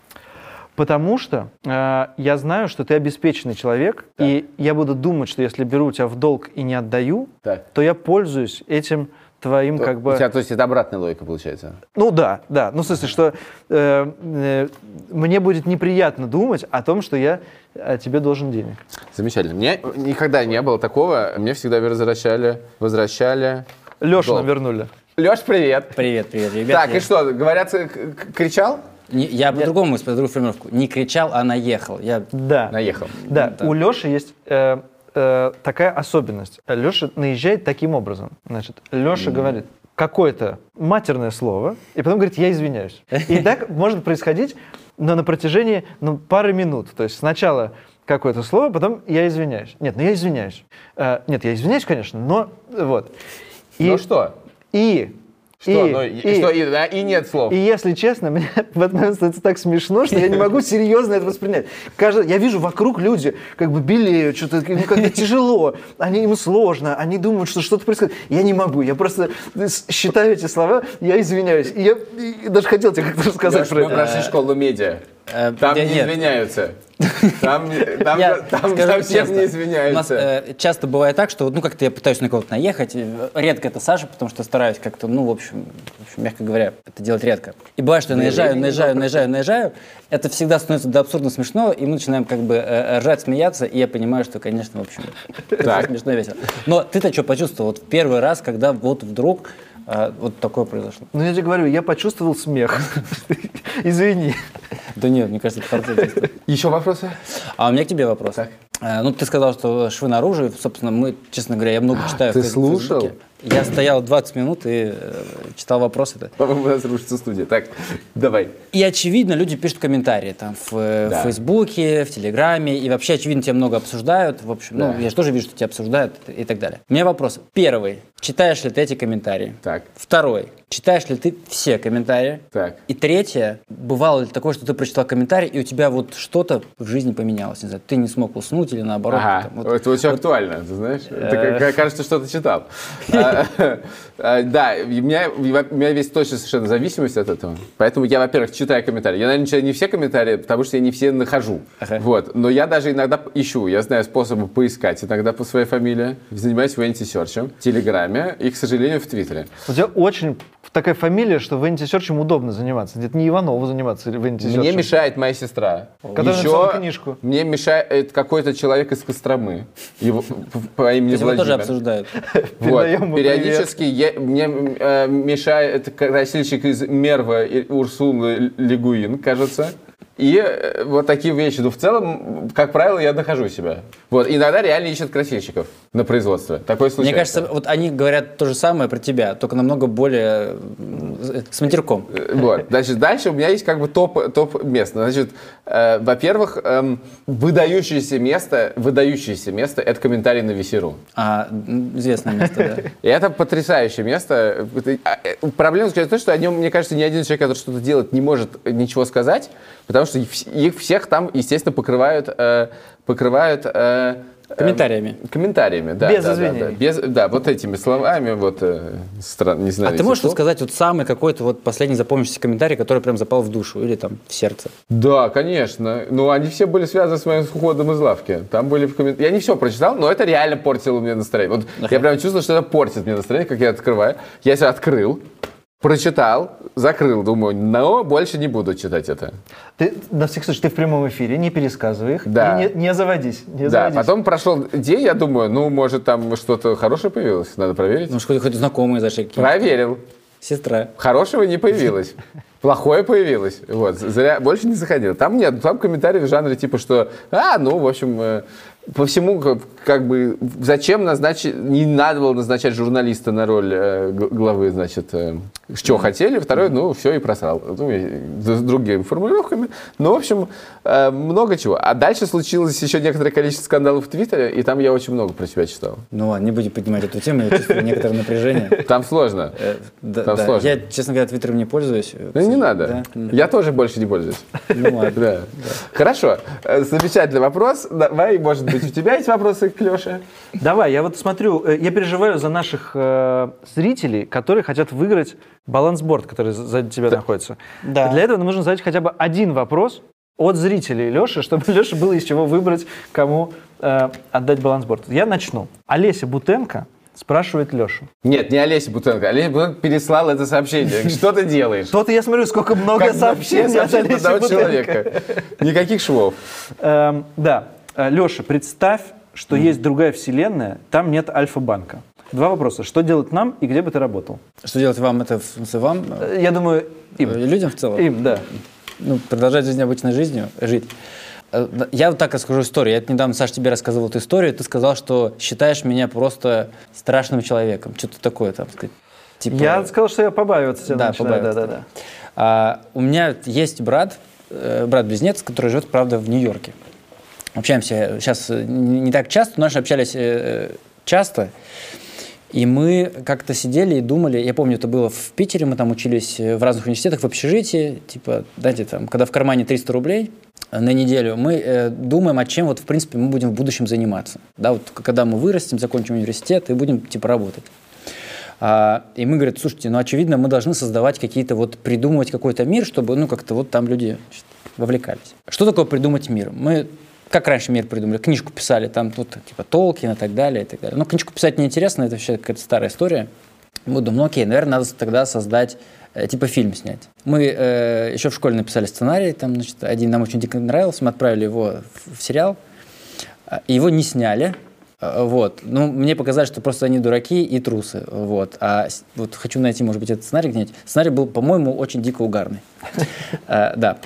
Потому что э, я знаю, что ты обеспеченный человек, и я буду думать, что если беру тебя в долг и не отдаю, Так. то я пользуюсь этим твоим как бы... У тебя, то есть, это обратная логика получается? Ну да, да. Ну в смысле, что э, э, мне будет неприятно думать о том, что я э, тебе должен денег. Замечательно. Мне никогда не было такого. Мне всегда возвращали, возвращали. Лешу долг. нам вернули. Леш, привет. Привет, привет, ребята. Так, и что, говорят, к- к- кричал? Не- я по-другому, по другую формировку. Не кричал, а наехал. Я... Да. Наехал. Да, у Леши есть э, э, такая особенность. Леша наезжает таким образом. Значит, Леша говорит какое-то матерное слово, и потом говорит, я извиняюсь. И так может происходить, но на протяжении ну, пары минут. То есть сначала какое-то слово, потом я извиняюсь. Нет, ну я извиняюсь. Э, нет, я извиняюсь, конечно, но вот. И, Ну что? И... Что? и, Ну, и, и- что? И, да, и нет слов. И если честно, мне в этот момент становится так смешно, что я не могу серьезно это воспринять. Каждый, я вижу вокруг люди как бы белеют, что-то ну, как-то тяжело, они, им сложно, они думают, что что-то происходит. Я не могу, я просто считаю эти слова, я извиняюсь. И я и даже хотел тебе как-то рассказать Леш, про мы это. прошли школу медиа. Э, Там я- не нет. извиняются. Там, там, Я там скажу совсем честно, не У нас извиняются. э, часто бывает так, что ну как-то я пытаюсь на кого-то наехать. э, Редко это Саша, потому что стараюсь как-то, ну, в общем, в общем, мягко говоря, это делать редко. И бывает, что я наезжаю, времени наезжаю, наезжаю, наезжаю. Это всегда становится до абсурдно смешно, и мы начинаем как бы э, ржать, смеяться, и я понимаю, что, конечно, в общем, это Так. смешно и весело. Но ты-то что почувствовал? Вот в первый раз, когда вот вдруг э, вот такое произошло? Ну я тебе говорю, я почувствовал смех. Извини. Да нет, мне кажется, это хорошо чувство. Еще вопросы? А у меня к тебе вопрос. Э, Ну, ты сказал, что швы наружу, и, собственно, мы, честно говоря, я много читаю. ты в Фейс- слушал? Фейсбуке. Я стоял двадцать минут и э, читал вопросы. По-моему, у нас рушится студия. Так, давай. И, очевидно, люди пишут комментарии там в, э, Да. в Фейсбуке, в Телеграме, и вообще, очевидно, тебя много обсуждают. В общем, Да. ну, я же тоже вижу, что тебя обсуждают и так далее. У меня вопрос. Первый. Читаешь ли ты эти комментарии? Так. Второй. Читаешь ли ты все комментарии? Так. И третье. Бывало ли такое, что ты прочитал комментарий, и у тебя вот что-то в жизни поменялось? Не знаю, ты не смог уснуть или наоборот? Ага, там, вот. это очень актуально, ты знаешь? Ты, как- кажется, что-то читал. А, а, Да, и у меня, у меня есть точно совершенно зависимость от этого. Поэтому я, во-первых, читаю комментарии. Я, наверное, читаю не все комментарии, потому что я не все нахожу. Ага. Вот. Но я даже иногда ищу. Я знаю способы поискать иногда по своей фамилии. Занимаюсь vanity-серчем в Телеграме и, к сожалению, в Твиттере. У тебя очень такая фамилия, что vanity search'ем удобно заниматься. Это не Иванову заниматься vanity search'ем. Мне мешает моя сестра. Которая написала книжку. Мне мешает какой-то человек из Костромы. Его, по, по имени То есть его тоже Владимир. обсуждают. Вот. Передаем ему Периодически я- мне э, мешает красильщик из Мерва и Урсулы Легуин, кажется. И э, вот такие вещи. Но в целом, как правило, я нахожу себя. Вот. Иногда реально ищут красильщиков на производство. Такое случается. Мне кажется, вот они говорят то же самое про тебя, только намного более э, с матерком. Э, Вот. Значит, дальше у меня есть как бы топ, топ мест. Значит, э, во-первых, эм, выдающееся место, выдающееся место — это комментарий на Весеру. А, м, известное место, да. И это потрясающее место. Это- а, э, Проблема заключается в том, что о нем, мне кажется, ни один человек, который что-то делает, не может ничего сказать, потому что их вс- их всех там, естественно, покрывают, э, покрывают э, Комментариями. Э, комментариями, да. Без да, извинений. Да, да, без, да, вот этими словами, вот, э, стран, не знаю. А ты можешь слов. сказать вот самый какой-то вот последний запомнившийся комментарий, который прям запал в душу или там в сердце? Да, конечно. Ну, они все были связаны с моим уходом из лавки. Там были в комментариях. Я не все прочитал, но это реально портило мне настроение. Вот ага. Я прям чувствовал, что это портит мне настроение, как я открываю. Я себя открыл, прочитал, закрыл, думаю, но больше не буду читать это. Ты, на всякий случай, ты в прямом эфире, не пересказывай их, да. и не, не заводись. Не да, заводись. Потом прошел день, я думаю, ну, может, там что-то хорошее появилось, надо проверить. Ну, хоть, хоть знакомые зашли. Проверил. Сестра. Хорошего не появилось. Плохое появилось. Вот. Зря, больше не заходил. Там нет, там комментарии в жанре типа, что, а, ну, в общем, э, по всему, как, как бы, зачем назначить, не надо было назначать журналиста на роль э, главы, значит, э, что mm-hmm. хотели. Второй, ну, все и просрал. Ну, с другими формулировками. Ну, в общем, э, много чего. А дальше случилось еще некоторое количество скандалов в Твиттере, и там я очень много про себя читал. Ну ладно, не будем поднимать эту тему, я чувствую некоторое напряжение. Там сложно. Там сложно. Я, честно говоря, Твиттером не пользуюсь. Ну, не надо. Я тоже больше не пользуюсь. Ну ладно. Да. Хорошо. Замечательный вопрос. Давай, может быть, у тебя есть вопросы к Леше? Давай, я вот смотрю, я переживаю за наших э, зрителей, которые хотят выиграть балансборд, который сзади тебя да. находится. Да. Для этого нам нужно задать хотя бы один вопрос от зрителей Леши, чтобы Леше было из чего выбрать, кому э, отдать балансборд. Я начну. Олеся Бутенко спрашивает Лешу. Нет, не Олеся Бутенко. Олеся Бутенко переслал это сообщение. Что ты делаешь? То-то я смотрю, сколько много как сообщений от Олеси Бутенко. Человека. Никаких швов. Эм, да. Леша, представь, что mm-hmm. есть другая вселенная, там нет Альфа-банка. Два вопроса. Что делать нам и где бы ты работал? Что делать вам? Это в смысле вам? Я думаю, им. Людям в целом? Им, да. Ну, продолжать жизнь обычной жизнью, жить. Я вот так расскажу историю. Я недавно, Саша, тебе рассказывал эту историю. Ты сказал, что считаешь меня просто страшным человеком. Что-то такое, там, сказать. Типа... Я сказал, что я побаиваться тебя да, начинаю. Да, да, да. А, у меня есть брат, брат-близнец, который живет, правда, в Нью-Йорке. Общаемся сейчас не так часто, но раньше общались часто. И мы как-то сидели и думали, я помню, это было в Питере, мы там учились в разных университетах, в общежитии, типа, знаете, там, когда в кармане триста рублей на неделю, мы э, думаем, о чем вот, в принципе, мы будем в будущем заниматься. Да, вот когда мы вырастем, закончим университет и будем, типа, работать. А, и мы говорим, слушайте, ну, очевидно, мы должны создавать какие-то, вот, придумывать какой-то мир, чтобы, ну, как-то вот там люди, значит, вовлекались. Что такое придумать мир? Мы... Как раньше мир придумали? Книжку писали, там тут типа Толкин и так далее, и так далее. Но книжку писать неинтересно, это вообще какая-то старая история. Мы думаем, ну окей, наверное, надо тогда создать, э, типа фильм снять. Мы э, еще в школе написали сценарий, там, значит, один нам очень дико нравился, мы отправили его в, в сериал, э, его не сняли. Э, вот. Ну, мне показалось, что просто они дураки и трусы. Вот. А вот хочу найти, может быть, этот сценарий где-нибудь. Сценарий был, по-моему, очень дико угарный. Да.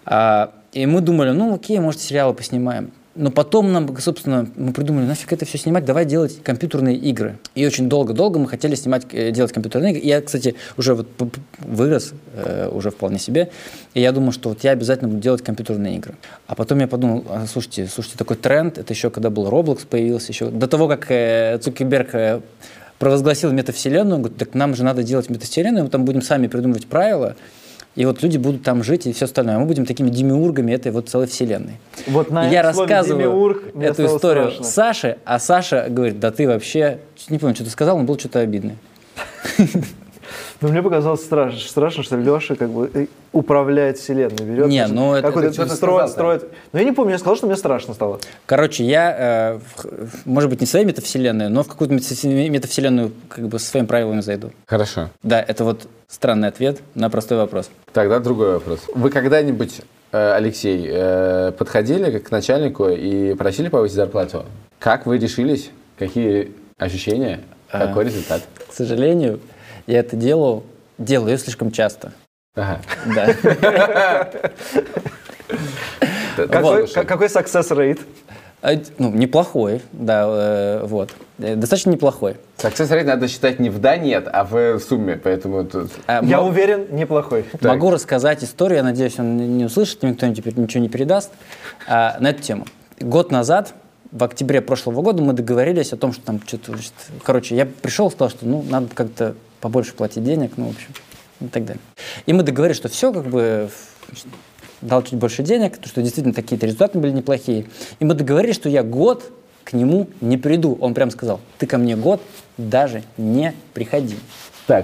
И мы думали, ну окей, может, сериалы поснимаем. Но потом нам, собственно, мы придумали, нафиг это все снимать, давай делать компьютерные игры. И очень долго-долго мы хотели снимать, делать компьютерные игры. И я, кстати, уже вот вырос, э, уже вполне себе. И я думал, что вот я обязательно буду делать компьютерные игры. А потом я подумал, а, слушайте, слушайте, такой тренд, это еще когда был Roblox появился, еще до того, как э, Цукерберг э, провозгласил метавселенную, он говорит, так нам же надо делать метавселенную, мы там будем сами придумывать правила. И вот люди будут там жить и все остальное. А мы будем такими демиургами этой вот целой вселенной. Вот на я рассказываю демиург, эту историю страшно. Саше, а Саша говорит, да ты вообще... Не помню, что ты сказал, но было что-то обидное. Ну, мне показалось страшно, страшно, что Леша как бы управляет вселенной. Берет, не, ну это... Какой-то что-то строит, строит. Но я не помню, я сказал, что мне страшно стало. Короче, я, э, может быть, не своей метавселенной, но в какую-то метавселенную как бы со своими правилами зайду. Хорошо. Да, это вот странный ответ на простой вопрос. Тогда другой вопрос. Вы когда-нибудь, э, Алексей, э, подходили к начальнику и просили повысить зарплату? Как вы решились? Какие ощущения? А, какой результат? К сожалению... Я это делал, делаю ее слишком часто. Ага. Да. Какой success rate? Ну, неплохой, да, вот. Достаточно неплохой. Success rate надо считать не в да, нет, а в сумме, поэтому тут... Я уверен, неплохой. Могу рассказать историю, я надеюсь, он не услышит, никто теперь ничего не передаст, на эту тему. Год назад, в октябре прошлого года, мы договорились о том, что там что-то... Короче, я пришел и сказал, что ну, надо как-то побольше платить денег, ну, в общем, и так далее. И мы договорились, что все, как бы, дал чуть больше денег, потому что действительно какие-то результаты были неплохие. И мы договорились, что я год к нему не приду. Он прям сказал, ты ко мне год даже не приходи. Так.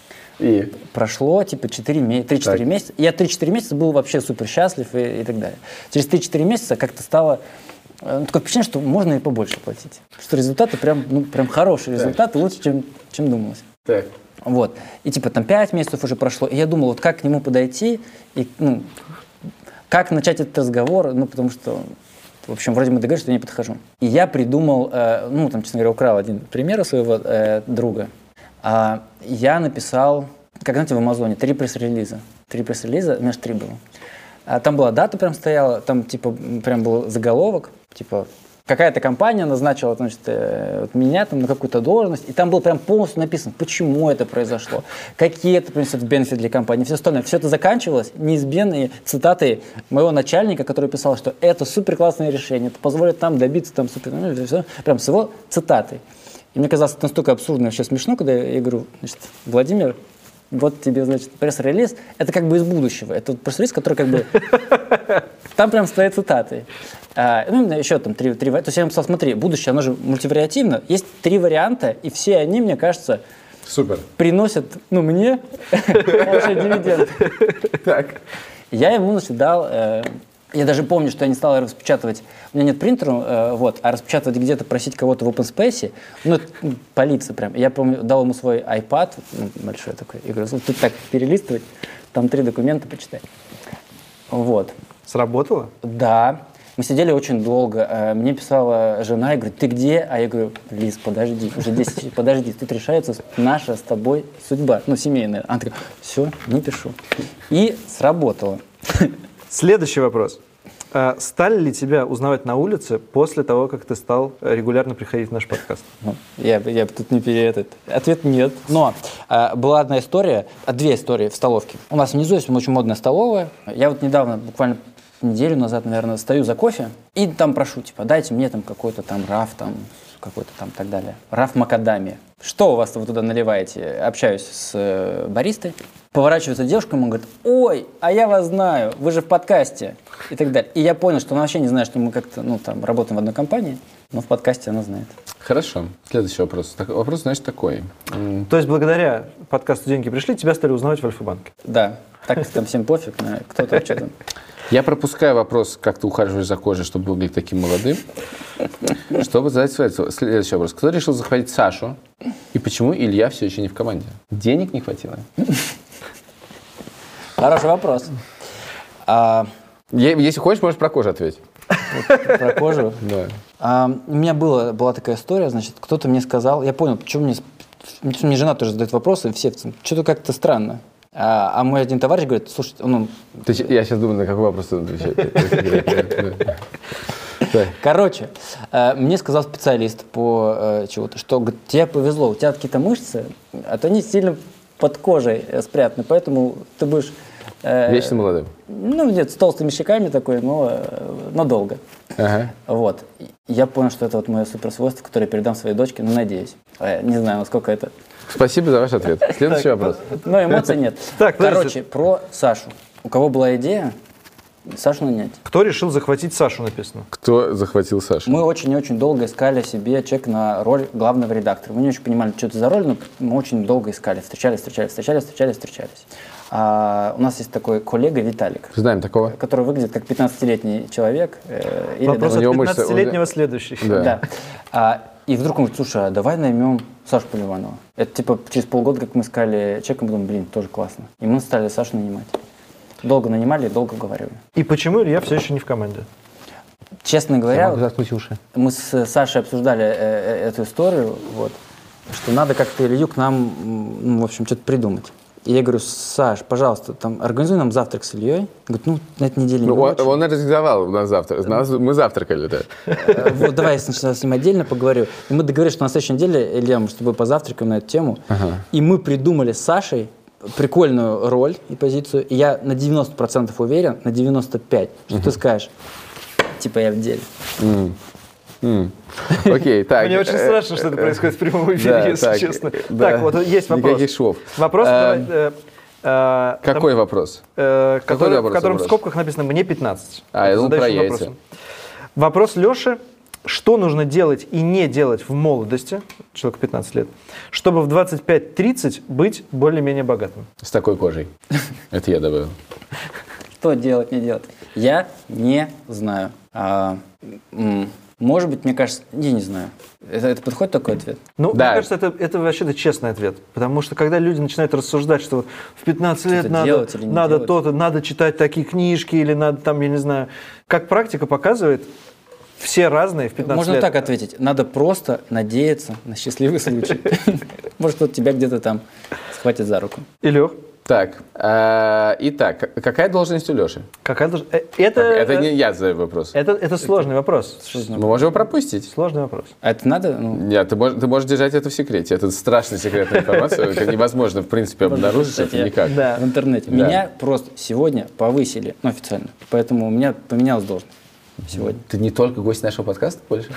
И? Прошло типа четыре месяца, три-четыре месяца. Я три-четыре месяца был вообще супер счастлив и, и так далее. Через три-четыре месяца как-то стало ну, такое впечатление, что можно и побольше платить. Что результаты прям, ну, прям хорошие результаты, лучше, чем, чем думалось. Так. Вот. И типа там пять месяцев уже прошло. И я думал, вот как к нему подойти, и, ну, как начать этот разговор, ну, потому что, в общем, вроде мы договорились, что я не подхожу. И я придумал, э, ну, там, честно говоря, украл один пример у своего э, друга. А, я написал, как, знаете, в Амазоне, три пресс-релиза. Три пресс-релиза, у меня же три было. А, там была дата прям стояла, там, типа, прям был заголовок, типа, какая-то компания назначила, значит, э, вот меня там на какую-то должность, и там было прям полностью написано, почему это произошло, какие это принесет бенефиты для компании, все остальное. Все это заканчивалось неизменной цитатой моего начальника, который писал, что это супер классное решение, это позволит нам добиться там супер, ну, все, прям с его цитатой. И мне казалось, это настолько абсурдно, вообще смешно, когда я говорю, значит, Владимир, вот тебе, значит, пресс-релиз, это как бы из будущего. Это вот пресс-релиз, который как бы... Там прям стоят цитаты. А, ну, еще там три, три... То есть я ему сказал, смотри, будущее, оно же мультивариативно. Есть три варианта, и все они, мне кажется, Супер. приносят, ну, мне хорошие дивиденды. Так. Я ему, значит, дал... Э, я даже помню, что я не стал распечатывать, у меня нет принтера, э, вот, а распечатывать где-то, просить кого-то в open space, ну, это ну, палиться прям. Я помню, дал ему свой iPad, ну, большой такой, и говорю, тут так перелистывать, там три документа почитай. Вот. Сработало? Да. Мы сидели очень долго. э, Мне писала жена и говорит, ты где? А я говорю, Лиз, подожди, уже десять, подожди, тут решается наша с тобой судьба, ну, семейная. Она такая, все, не пишу. И сработало. Следующий вопрос. А стали ли тебя узнавать на улице после того, как ты стал регулярно приходить в наш подкаст? Ну, я, я бы тут не пере... Этот. Ответ нет. Но а, была одна история, а, две истории в столовке. У нас внизу есть очень модная столовая. Я вот недавно, буквально неделю назад, наверное, стою за кофе и там прошу, типа, дайте мне там какой-то там раф, там какой-то там так далее. Раф макадамия. Что у вас вы туда наливаете? Общаюсь с э, баристой. Поворачивается девушка, ему говорит, ой, а я вас знаю, вы же в подкасте. И так далее. И я понял, что она вообще не знает, что мы как-то, ну, там, работаем в одной компании, но в подкасте она знает. Хорошо. Следующий вопрос. Так, вопрос, значит, такой. То есть благодаря подкасту «Деньги пришли» тебя стали узнавать в Альфа-банке? Да. Так там всем пофиг, на кто там что там. Я пропускаю вопрос, как ты ухаживаешь за кожей, чтобы выглядеть таким молодым. Чтобы задать следующий вопрос. Кто решил захватить Сашу? И почему Илья все еще не в команде? Денег не хватило? Хороший вопрос. А, Если хочешь, можешь про кожу ответить. про кожу? Да. А, у меня была, была такая история, значит, кто-то мне сказал, я понял, почему мне, мне жена тоже задает вопросы, все, что-то как-то странно. А, а мой один товарищ говорит, слушай, ну... Ты, я сейчас думаю, на какой вопрос ты отвечаешь. Короче, э, мне сказал специалист по э, чего-то, что говорит, тебе повезло, у тебя какие-то мышцы, а то они сильно под кожей э, спрятаны, поэтому ты будешь... Э, Вечно молодым. Ну, нет, с толстыми щеками такой, но, э, но долго. Ага. Вот. И я понял, что это вот мое суперсвойство, которое я передам своей дочке, ну, надеюсь. Э, не знаю, насколько это... Спасибо за ваш ответ. Следующий вопрос. Но эмоций нет. Так, Короче, про Сашу. У кого была идея Сашу нанять? Кто решил захватить Сашу, написано? Кто захватил Сашу? Мы очень и очень долго искали себе человек на роль главного редактора. Мы не очень понимали, что это за роль, но мы очень долго искали. Встречались, встречались, встречались, встречались, встречались. А у нас есть такой коллега Виталик, Знаем такого? который выглядит как пятнадцатилетний человек. Э, или Вопрос даже- от у него мышцы- пятнадцатилетнего следующий. Да. Да. А, и вдруг он говорит, слушай, а давай наймем Сашу Поливанова. Это типа через полгода, как мы искали человека, мы думаем, блин, тоже классно. И мы стали Сашу нанимать. Долго нанимали, долго уговаривали. И почему Илья все еще не в команде? Честно говоря, вот заткнуть уши. мы с Сашей обсуждали э, э, эту историю, вот, что надо как-то Илью к нам, м, ну, в общем, что-то придумать. И я говорю, Саш, пожалуйста, там, организуй нам завтрак с Ильей. Говорит, ну, на этой неделе не Ну, он, очень. он организовал у нас завтрак. Нас- мы завтракали, да. Э, Вот, давай я сначала с ним отдельно поговорю. И мы договорились, что на следующей неделе, Илья, мы с тобой позавтракаем на эту тему. И мы придумали с Сашей прикольную роль и позицию. И я на девяносто процентов уверен, на девяносто пять процентов, что ты скажешь, типа, я в деле. М. Окей, так. Мне очень э, страшно, что это происходит в прямом эфире, да, если так, честно. да. Так, вот есть вопрос. Никаких швов. Вопрос, Эм, давай, э, э, Какой вопрос? э, который- вопрос, в котором в вопрос? скобках написано «мне пятнадцать». А, я думал, Задающим про яйца. вопросом. Вопрос Леши. что нужно делать и не делать в молодости, человеку пятнадцать лет, чтобы в двадцать пять тридцать быть более-менее богатым? С такой кожей. Это я добавил. Что делать, не делать? Я не знаю. А, м, может быть, мне кажется, я не знаю. Это, это подходит такой ответ? Ну, Да. мне кажется, это, это вообще-то честный ответ. Потому что когда люди начинают рассуждать, что вот в пятнадцать лет Что-то надо, делать или не надо делать. то-то, надо читать такие книжки, или надо там, я не знаю. Как практика показывает, все разные в пятнадцать Можно лет. так ответить. Надо просто надеяться на счастливый случай. Может, кто-то тебя где-то там схватит за руку. И Лех, Так, э, итак, к- какая должность у Леши? какая должна... э, Это, Это не я задаю вопрос. это, это сложный вопрос. Мы можем его пропустить. Сложный вопрос. А это надо? Ну, Нет, ты можешь, ты можешь держать это в секрете. Это страшная секретная информация. Это невозможно, в принципе, обнаружить это кстати, никак. Да. в интернете. Да. Меня просто сегодня повысили, ну, официально. Поэтому у меня поменялась должность сегодня. Ты не только гость нашего подкаста больше?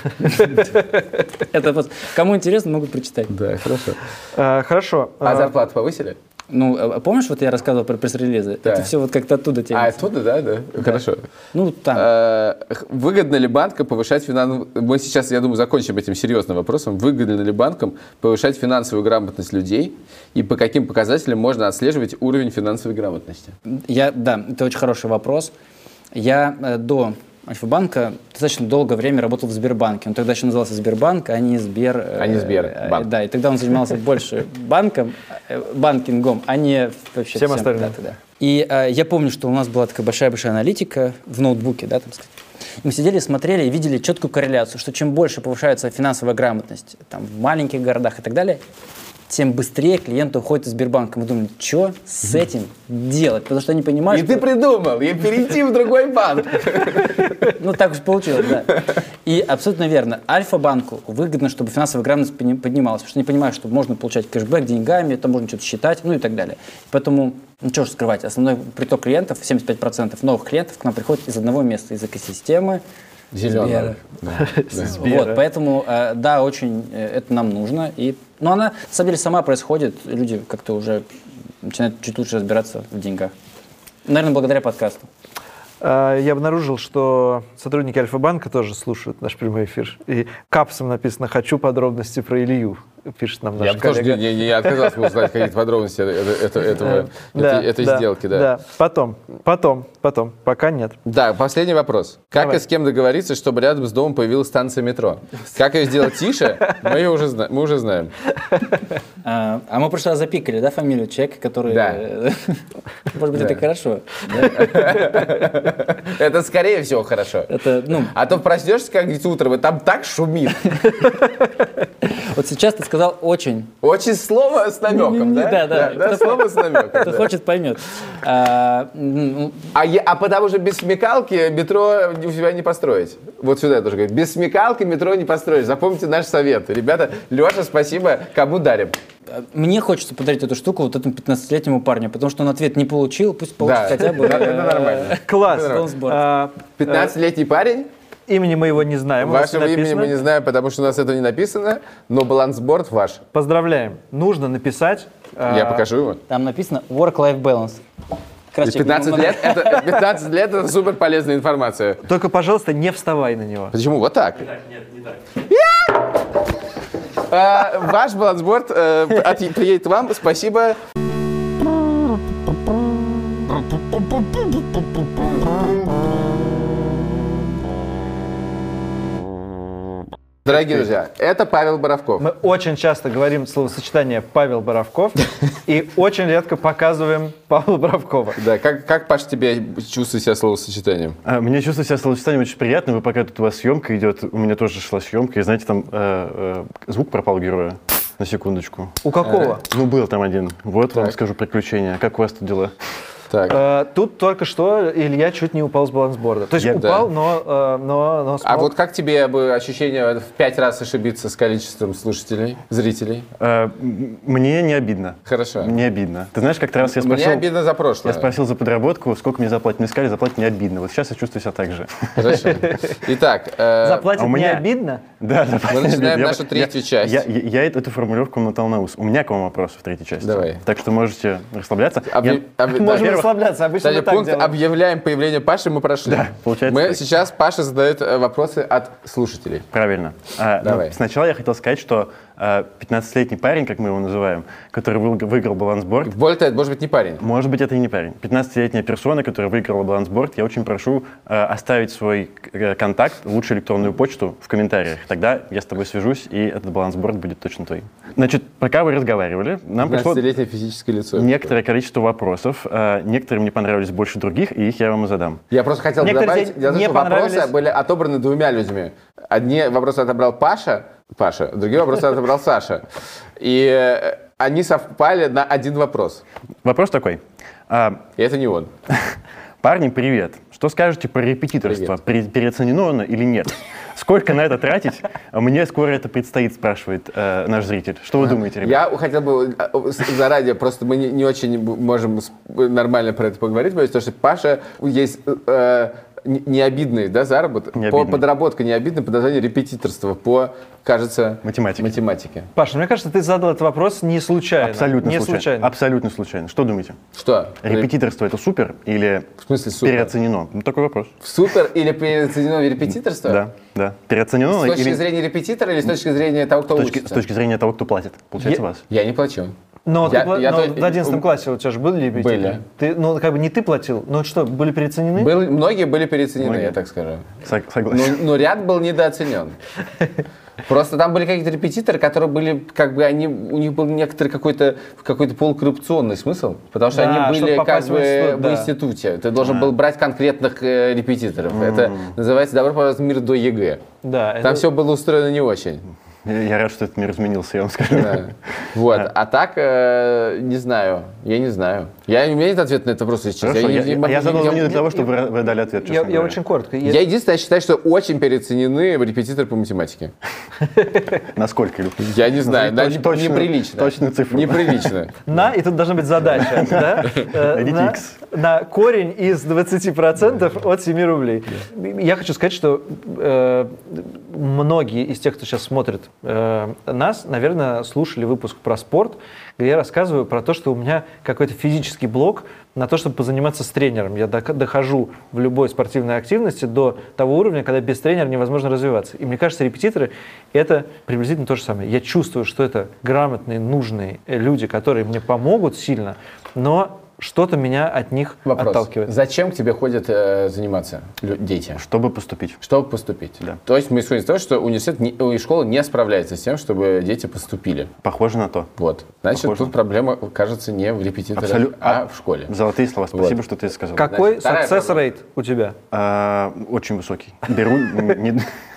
Это вот, кому интересно, могут прочитать. Да, хорошо. Э, хорошо. А Э, зарплату повысили? Ну, а помнишь, вот я рассказывал про пресс-релизы? Да. Это все вот как-то оттуда А, тянется. оттуда, да, да? Хорошо. Ну, там. Э, Выгодно ли банкам повышать финансовую... Мы сейчас, я думаю, закончим этим серьезным вопросом. Выгодно ли банкам повышать финансовую грамотность людей? И по каким показателям можно отслеживать уровень финансовой грамотности? Я, да, это очень хороший вопрос. Я э, до Альфа-банка достаточно долгое время работал в Сбербанке. Он тогда еще назывался Сбербанк, а не Сбер. э, А не Сбербанк. э, Да, и тогда он занимался больше банком, э, банкингом, а не вообще Всем остальным. Да, да, да. И э, я помню, что у нас была такая большая-большая аналитика в ноутбуке, да, там сказать. Мы сидели, смотрели и видели четкую корреляцию, что чем больше повышается финансовая грамотность там, в маленьких городах и так далее, тем быстрее клиенты уходят из Сбербанка. Мы думали, что с этим делать? Потому что они понимают, И что... ты придумал, и перейти в другой банк. Ну, так уж получилось, да. И абсолютно верно. Альфа-банку выгодно, чтобы финансовая грамотность подни- поднималась, потому что они понимают, что можно получать кэшбэк деньгами, там можно что-то считать, ну и так далее. Поэтому, ну что ж скрывать, основной приток клиентов, семьдесят пять процентов новых клиентов к нам приходит из одного места, из экосистемы. Зеленый. Вот, поэтому, э, да, очень э, это нам нужно. И, но она, на самом деле, сама происходит. Люди как-то уже начинают чуть лучше разбираться в деньгах. Наверное, благодаря подкасту. э, Я обнаружил, что сотрудники Альфа-банка тоже слушают наш прямой эфир. И капсом написано «Хочу подробности про Илью», пишет нам наш Я бы тоже коллега. не, не отказался бы узнать какие-то подробности это- это- этого, Да, этой, этой да, сделки. Да. Потом, потом, потом. Пока нет. Да, последний вопрос. Как Давай. и с кем договориться, чтобы рядом с домом появилась станция метро? Как ее сделать тише, мы, ее уже, зна- мы уже знаем. А, а мы в прошлый раз запикали, да, фамилию человека, который... Да. э, Может быть, Да. это хорошо. Это, скорее всего, хорошо. Это, ну, А то проснешься как-нибудь утром, и там так шумит. вот сейчас ты сказал очень. Очень слово с намеком, Не-не-не, да? да, да. Кто- Слово с намеком. Кто да. хочет, поймет. А, ну, А, я- а потому что без смекалки метро у себя не построить. Вот сюда я тоже говорю. Без смекалки метро не построишь. Запомните наш совет. Ребята, Леша, спасибо. Кому дарим? мне хочется подарить эту штуку вот этому пятнадцатилетнему парню, потому что он ответ не получил, пусть получит Да, хотя бы... это- это нормально. Класс. Лоунсборд. А, пятнадцатилетний парень. Имени мы его не знаем. у нас Вашего не имени написано. мы не знаем, потому что у нас это не написано, но балансборд ваш. Поздравляем. Нужно написать... Я а, покажу его. Там написано work-life balance. Как раз И человек пятнадцать много- лет, это, пятнадцать лет это супер полезная информация. Только, пожалуйста, не вставай на него. Почему? Вот так. А, ваш балансборд э, от- приедет вам. Спасибо. Дорогие друзья, это Павел Боровков. Мы очень часто говорим словосочетание «Павел Боровков» и очень редко показываем Павла Боровкова. Да, как, как, Паш, тебе чувствует себя словосочетанием? А, Мне чувствую себя словосочетанием очень приятно. Вы пока тут у вас съемка идет, у меня тоже шла съемка, и знаете, там э, э, звук пропал героя. На секундочку. У какого? Ну, был там один. Вот вам Так. скажу приключения. Как у вас тут дела? Так. Э, Тут только что Илья чуть не упал с балансборда. То есть Я- упал, Да. но, э, но, но А смог. вот как тебе бы ощущение в пять раз ошибиться с количеством слушателей, зрителей? Э, м- Мне не обидно. Хорошо. Не обидно. Ты знаешь, как-то раз я Мне спросил... обидно за прошлое. Я спросил за подработку, сколько мне заплатят. Мне сказали, заплатить не обидно. Вот сейчас я чувствую себя так же. Хорошо. Итак, э, Заплатит а у не меня- обидно? Да, да. мы начинаем Я- нашу я- третью часть. Я, я- я эту формулировку намотал на ус. У меня к вам вопрос в третьей части. Давай. Так что можете расслабляться. Объ- Я- объ- да. Можем Во-первых, расслабляться, обычно Кстати, мы так пункт делаем. «Объявляем появление Паши» мы прошли. Да, получается Мы так. сейчас, Паша задает э, вопросы от слушателей. Правильно. А, ну, Давай. сначала я хотел сказать, что а, пятнадцатилетний парень, как мы его называем, который вы- выиграл балансборд, Более того, это может быть не парень. может быть, это и не парень. пятнадцатилетняя персона, которая выиграла балансборд, я очень прошу э, оставить свой э, контакт, лучше электронную почту в комментариях. Тогда я с тобой свяжусь, и этот балансборд будет точно твой. Значит, пока вы разговаривали, нам пришло пятнадцатилетнее физическое лицо. некоторое количество вопросов. Э, некоторые мне понравились больше других, и их я вам и задам. Я просто хотел Некоторые добавить, тебе дело в том, не что вопросы понравились. были отобраны двумя людьми. Одни вопросы отобрал Паша, Паша, другие вопросы отобрал Саша. И э, они совпали на один вопрос. Вопрос такой. А, И это не он. Парни, привет. Что скажете про репетиторство? Пере- Переоценено оно или нет? Сколько на это тратить? Мне скоро это предстоит, спрашивает э, наш зритель. Что вы думаете, ребята? Я хотел бы э, с- заранее, просто мы не, не очень б- можем с- нормально про это поговорить, потому что Паша есть э, не не обидный, да, заработок, Не по обидный. подработка не обидный, по названию репетиторство по, кажется, Математике. математике. Паша, мне кажется, ты задал этот вопрос не случайно. Абсолютно не случайно. случайно. Абсолютно случайно. Что думаете? Что? Репетиторство это супер или В смысле супер? переоценено? Ну, такой вопрос. Супер или переоценено репетиторство? Да, да. Переоценено С точки или зрения репетитора или с точки зрения того, кто с точки, с учится? точки зрения того, кто платит? Получается Я- вас. Я не плачу. Но, Я- ты пла- я но то- в одиннадцатом классе у тебя же были репетиторы? Были. Ты, ну, как бы не ты платил, но что, были переоценены? Был- многие были переоценены, Многие. я так скажу. Сог- Но, Согласен. но ряд был недооценен. Просто там были какие-то репетиторы, которые были, как бы, они, у них был некоторый какой-то какой-то полукоррупционный смысл, потому что Да, они чтобы были как попасть в бы институт, в да. институте. Ты должен был брать конкретных э, репетиторов. Это называется «Добро пожаловать в мир до ЕГЭ». Да, Там это- все было устроено не очень. Я я рад, что этот мир изменился, я вам скажу. Да. Вот. А так, э, не знаю. Я не знаю. Я, у меня нет ответа на этот вопрос, если честно. Хорошо, не- я, не я- могу- я задал я- его не для того, чтобы вы, вы дали ответ, честно Я, я говоря. очень коротко. Я единственное считаю, что очень переоценены репетиторы по математике. Насколько, Илюх? Я не знаю, да, Точ- не- точную- неприлично. точную цифру. Неприлично. На, и тут должна быть задача, да? Э, Найдите на- X. На корень из двадцати процентов от семи рублей. Я хочу сказать, что э, многие из тех, кто сейчас смотрит э, нас, наверное, слушали выпуск про спорт, где я рассказываю про то, что у меня какой-то физический блок на то, чтобы позаниматься с тренером. Я док- дохожу в любой спортивной активности до того уровня, когда без тренера невозможно развиваться. И мне кажется, репетиторы — это приблизительно то же самое. Я чувствую, что это грамотные, нужные э, люди, которые мне помогут сильно, но что-то меня от них Вопрос. отталкивает. Зачем к тебе ходят э, заниматься лю- дети? Чтобы поступить. Чтобы поступить. Да. То есть мы исходим из того, что университет не- и школа не справляется с тем, чтобы дети поступили. Похоже на то. Вот. Значит, Похоже. тут проблема, кажется, не в репетиторах, Абсолют- а в школе. Золотые слова. Спасибо, Вот. что ты сказал. Какой Значит, вторая success проблема. rate у тебя? А, очень высокий. Беру... не-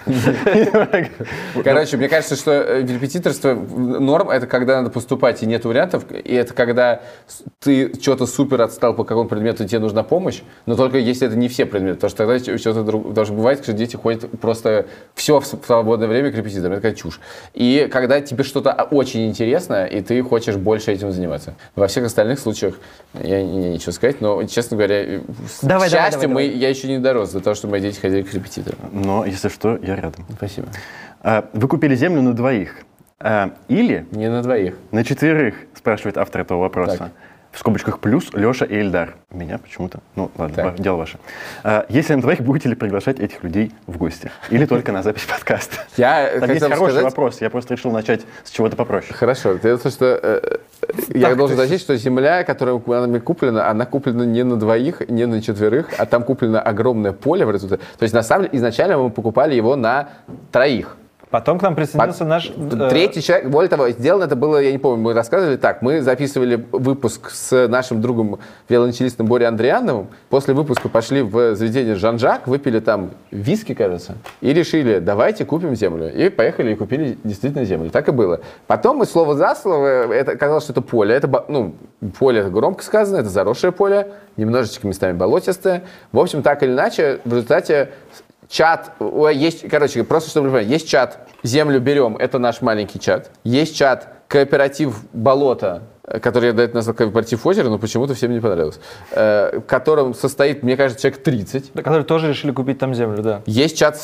Короче, мне кажется, что э, репетиторство в- норм — это когда надо поступать и нет вариантов, и это когда с- ты что-то супер отстал по какому предмету, и тебе нужна помощь, но только если это не все предметы, потому что тогда ч- что-то друг... Даже бывает, что дети ходят просто все в с- в свободное время к репетиторам, это такая чушь. И когда тебе что-то а, очень интересно, и ты хочешь больше этим заниматься. Во всех остальных случаях я не, не ничего сказать, но, честно говоря, э, с- Давай, к давай, счастью, давай, мы, я еще не дорос до того, чтобы мои дети ходили к репетиторам. Но, если что, я рядом. Спасибо. А, Вы купили землю на двоих. А, Или Не на двоих. на четверых, спрашивает автор этого вопроса. Так. В скобочках плюс Леша и Эльдар. Меня почему-то. Ну, ладно, Так. ва- дело ваше. А, Если на двоих, будете ли приглашать этих людей в гости? Или только на запись подкаста? Я Там есть хотел хороший сказать... вопрос. Я просто решил начать с чего-то попроще. Хорошо. Дело в том, что э, я должен уточнить, что земля, которая нами куплена, она куплена не на двоих, не на четверых, а там куплено огромное поле в результате. То есть, на самом деле, изначально мы покупали его на троих. Потом к нам присоединился наш... э, Третий человек, более того, сделано это было, я не помню, мы рассказывали так, мы записывали выпуск с нашим другом виолончелистом Борей Андриановым, после выпуска пошли в заведение Жан-Жак, выпили там виски, кажется, и решили, давайте купим землю. И поехали и купили действительно землю. Так и было. Потом мы слово за слово, это оказалось, что это поле, это, бо- ну, поле это громко сказано, это заросшее поле, немножечко местами болотистое. В общем, так или иначе, в результате чат, ой, есть, короче, просто чтобы вы понимали, есть чат «Землю берем», это наш маленький чат. Есть чат «Кооператив болото», который я до этого назвал «Кооператив озеро», но почему-то всем не понравилось, э, в котором состоит, мне кажется, человек тридцать. Которые тоже решили купить там землю, да. Есть чат со-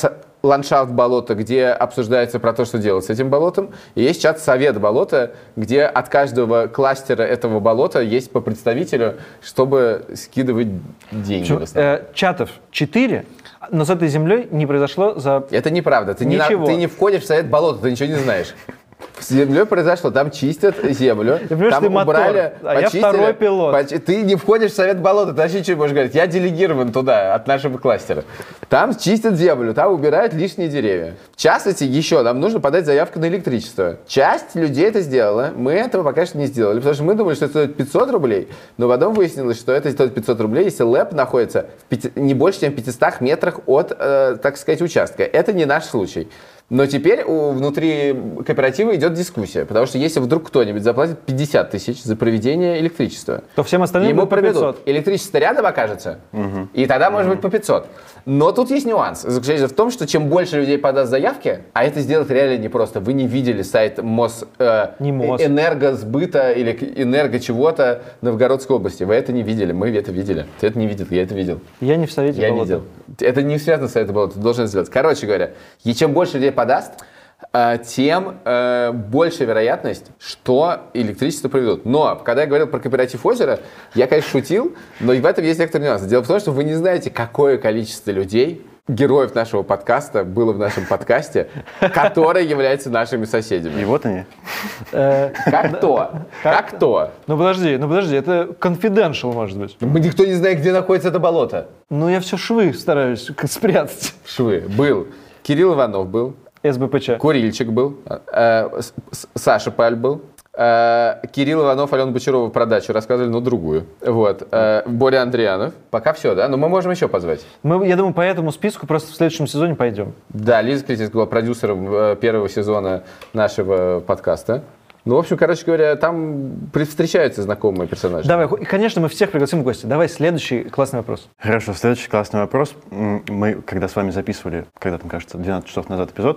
ландшафт болота, где обсуждается про то, что делать с этим болотом. И есть чат «Совет болота», где от каждого кластера этого болота есть по представителю, чтобы скидывать деньги. Причем, в основном. э, чатов четыре, но с этой землей не произошло за... Это неправда. Ты не, на- Ничего. ты не входишь в совет болота, ты ничего не знаешь. С землей произошло, там чистят землю, понимаешь, там ты мотор, убрали, а я почистили. второй пилот. Поч- Ты не входишь в совет болота, ты вообще ничего не можешь говорить. Я делегирован туда, от нашего кластера. Там чистят землю, там убирают лишние деревья. В частности, еще нам нужно подать заявку на электричество. Часть людей это сделала, мы этого пока что не сделали, потому что мы думали, что это стоит пятьсот рублей, но потом выяснилось, что это стоит пятьсот рублей, если ЛЭП находится в пяти- не больше, чем в пятистах метрах от, э, так сказать, участка. Это не наш случай. Но теперь у, внутри кооператива идет дискуссия, потому что если вдруг кто-нибудь заплатит пятьдесят тысяч за проведение электричества, То всем остальным ему будет по проведут. пятьсот. Электричество рядом окажется, и тогда может быть по пятьсот. Но тут есть нюанс. Заключается в том, что чем больше людей подаст заявки, а это сделать реально непросто. Вы не видели сайт МОС, э, Не МОС. энергосбыта или к- энерго чего-то Новгородской области. Вы это не видели, мы это видели. Ты это не видел, я это видел. Я не в совете Я болота. видел. Это не связано с этим, ты должен это сделать. Короче говоря, и чем больше людей подаст, э, тем э, больше вероятность, что электричество проведут. Но, когда я говорил про кооператив озера, я, конечно, шутил, но и в этом есть некоторые нюансы. Дело в том, что вы не знаете, какое количество людей, героев нашего подкаста, было в нашем подкасте, которые являются нашими соседями. И вот они. Э, Как то? Как то? Ну подожди, ну подожди, это confidential, может быть. Мы никто не знает, где находится это болото. Ну я все швы стараюсь к- спрятать. Швы. Был. Кирилл Иванов был. СБПЧ. Курильчик был, э, С- С- Саша Паль был, э, Кирилл Иванов, Алена Бочарова про дачу рассказывали, но другую. Вот. э, Боря Андрианов. Пока все, да? Но мы можем еще позвать. Мы, я думаю, по этому списку просто в следующем сезоне пойдем. Да, Лиза Критик была продюсером э, первого сезона нашего подкаста. Ну, в общем, короче говоря, там при- встречаются знакомые персонажи. Давай, и, конечно, мы всех пригласим в гости. Давай следующий классный вопрос. Хорошо, следующий классный вопрос. М, Мы, когда с вами записывали, когда там, кажется, двенадцать часов назад эпизод,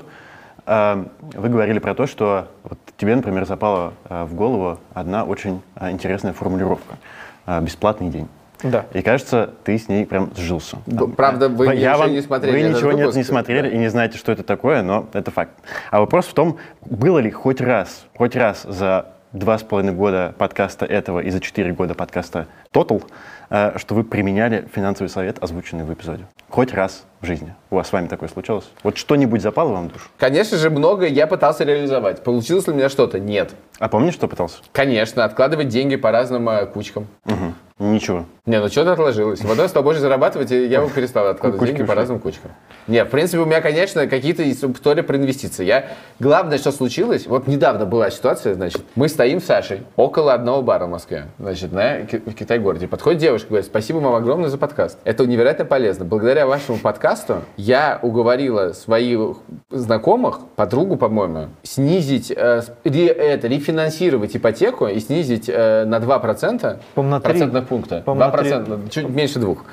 э, вы говорили про то, что вот тебе, например, запала э, в голову одна очень э, интересная формулировка. Э, Бесплатный день. Да. И кажется, ты с ней прям сжился. Да, правда, вы Я ничего вам- не смотрели Вы этот ничего нет, выпуск. не смотрели и не знаете, что это такое, но это факт. А вопрос в том, было ли хоть раз, хоть раз за два с половиной года подкаста этого и за четыре года подкаста Total, э, что вы применяли финансовый совет, озвученный в эпизоде? Хоть раз в жизни. У вас с вами такое случалось? Вот что-нибудь запало вам в душу? Конечно же, многое я пытался реализовать. Получилось ли у меня что-то? Нет. А помнишь, что пытался? Конечно, откладывать деньги по разным э, кучкам. Угу. Ничего. Не, ну что-то отложилось. В одной стал больше зарабатывать, и я бы перестал откладывать Кучки деньги по ушли. разным кучкам. Не, в принципе, у меня, конечно, какие-то истории про инвестиции. Я... Главное, что случилось, вот недавно была ситуация, значит, мы стоим с Сашей около одного бара в Москве, значит, на Ки- в Китай-городе. Подходит девушка, говорит: спасибо вам огромное за подкаст. Это невероятно полезно. Благодаря вашему подкасту я уговорила своих знакомых, подругу, по-моему, снизить, э, с- ре- это, рефинансировать ипотеку и снизить э, на два процента По-моему, на три. процентных пункта. По-моему, два на три. процента, чуть меньше двух.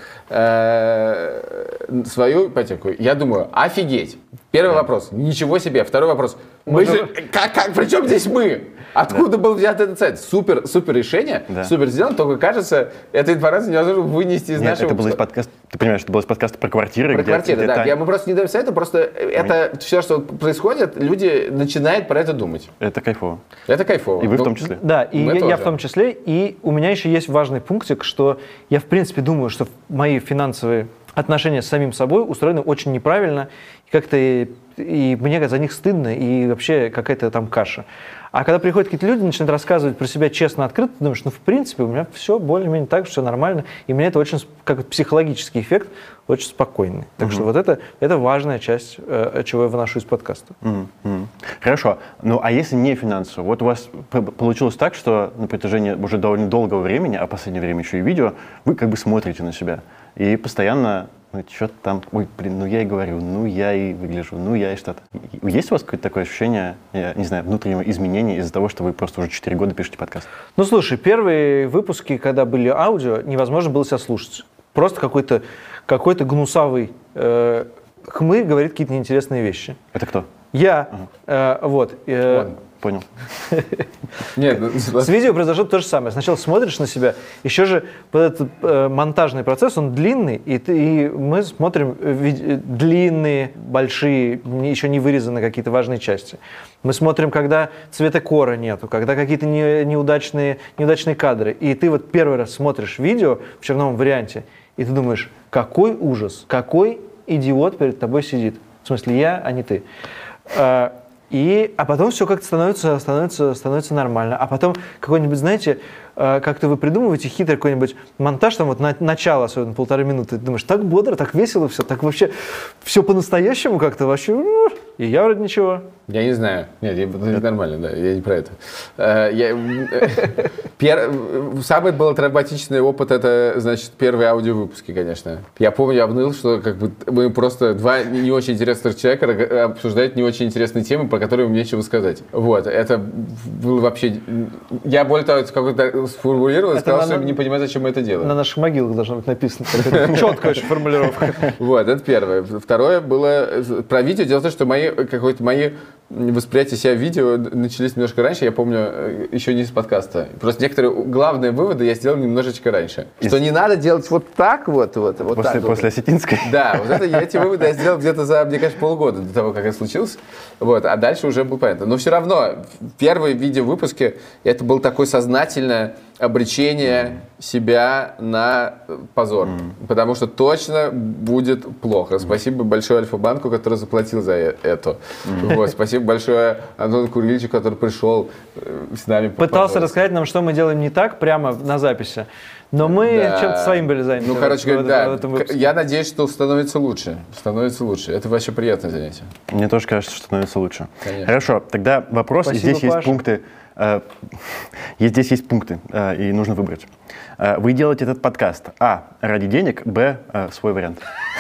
Э, свою ипотеку. Я думаю, офигеть. Первый вопрос. Ничего себе. Второй вопрос. Мы же... Как, как, при чем здесь мы? Откуда был взят этот сайт? Супер, супер решение, Да. супер сделано, только кажется, эту информацию невозможно вынести из Нет, нашего... это было из подкаста, ты понимаешь, это было из подкаста про квартиры. Про где- квартиры, где да. та- Я, мы просто не даем совета, просто это все, что происходит, люди начинают про это думать. Это кайфово. Это кайфово. И вы в Ну, том числе. Да, и Мы я, я тоже. в том числе. И у меня еще есть важный пунктик, что я, в принципе, думаю, что мои финансовые отношения с самим собой устроены очень неправильно. И как-то и, и мне за них стыдно, и вообще какая-то там каша. А когда приходят какие-то люди, начинают рассказывать про себя честно, открыто, ты думаешь, ну, в принципе, у меня все более-менее так, все нормально. И меня это очень, сп- как психологический эффект, очень спокойный. Так что вот это, это важная часть, э, чего я выношу из подкаста. Мгм, мгм. Хорошо. Ну, а если не финансово? Вот у вас п- получилось так, что на протяжении уже довольно долгого времени, а в последнее время еще и видео, вы как бы смотрите на себя. И постоянно, ну, что-то там, ой, блин, ну я и говорю, ну я и выгляжу, ну я и что-то. И- Есть у вас какое-то такое ощущение, я не знаю, внутреннего изменения из-за того, что вы просто уже четыре года пишете подкаст? Ну, слушай, первые выпуски, когда были аудио, невозможно было себя слушать. Просто какой-то какой-то гнусавый э, хмырь говорит какие-то неинтересные вещи. Это кто? Я, э, вот, э, Он. понял. Нет, ну, С видео произошло то же самое. Сначала смотришь на себя, еще же вот этот э, монтажный процесс, он длинный, и, ты, и мы смотрим ви- длинные, большие, не- еще не вырезаны какие-то важные части. Мы смотрим, когда цветокора нету, когда какие-то не- неудачные, неудачные кадры. И ты вот первый раз смотришь видео в черновом варианте, и ты думаешь, какой ужас, какой идиот перед тобой сидит. В смысле, я, а не ты. А, и, а потом все как-то становится, становится, становится нормально. А потом какой-нибудь, знаете, а, как-то вы придумываете хитрый какой-нибудь монтаж, там вот на, начало, особенно полторы минуты, ты думаешь, так бодро, так весело все, так вообще все по-настоящему как-то вообще. И я вроде ничего. Я не знаю. Нет, я, это нормально, да, я не про это. Э, я, э, пер, самый был травматичный опыт, это, значит, первые аудиовыпуски, конечно. Я помню, я обныл, что как бы мы просто два не очень интересных человека обсуждают не очень интересные темы, про которые им нечего сказать. Вот, это было вообще... Я более того, как-то сформулировал и сказал, на, что я не понимаю, зачем мы это делаем. На наших могилах должно быть написано. Четкая очень формулировка. Вот, это первое. Второе было про видео. Дело в том, что мои, какое-то мои восприятие себя в видео начались немножко раньше, я помню, еще не из подкаста. Просто некоторые главные выводы я сделал немножечко раньше. Из... Что не надо делать вот так вот, вот, вот после, так. После вот. осетинской? Да, вот это, эти выводы я сделал где-то за, мне кажется, полгода до того, как это случилось. Вот, а дальше уже было понятно. Но все равно, первые видеовыпуски, это было такое сознательное обречение mm. себя на позор. Mm. Потому что точно будет плохо. Спасибо большое Альфа-банку, который заплатил за это. Mm. Вот, спасибо большое Антону Курильевичу, который пришел с нами. Пытался рассказать нам, что мы делаем не так, прямо на записи. Но мы да. чем-то своим были заняты. Ну, короче говоря, да. Я надеюсь, что становится лучше. Становится лучше. Это вообще приятное занятие. Мне тоже кажется, что становится лучше. Конечно. Хорошо, тогда вопрос. Спасибо, здесь Паша. есть пункты. Э, здесь есть пункты, э, и нужно выбрать. Э, вы делаете этот подкаст. А. Ради денег. Б. Э, свой вариант.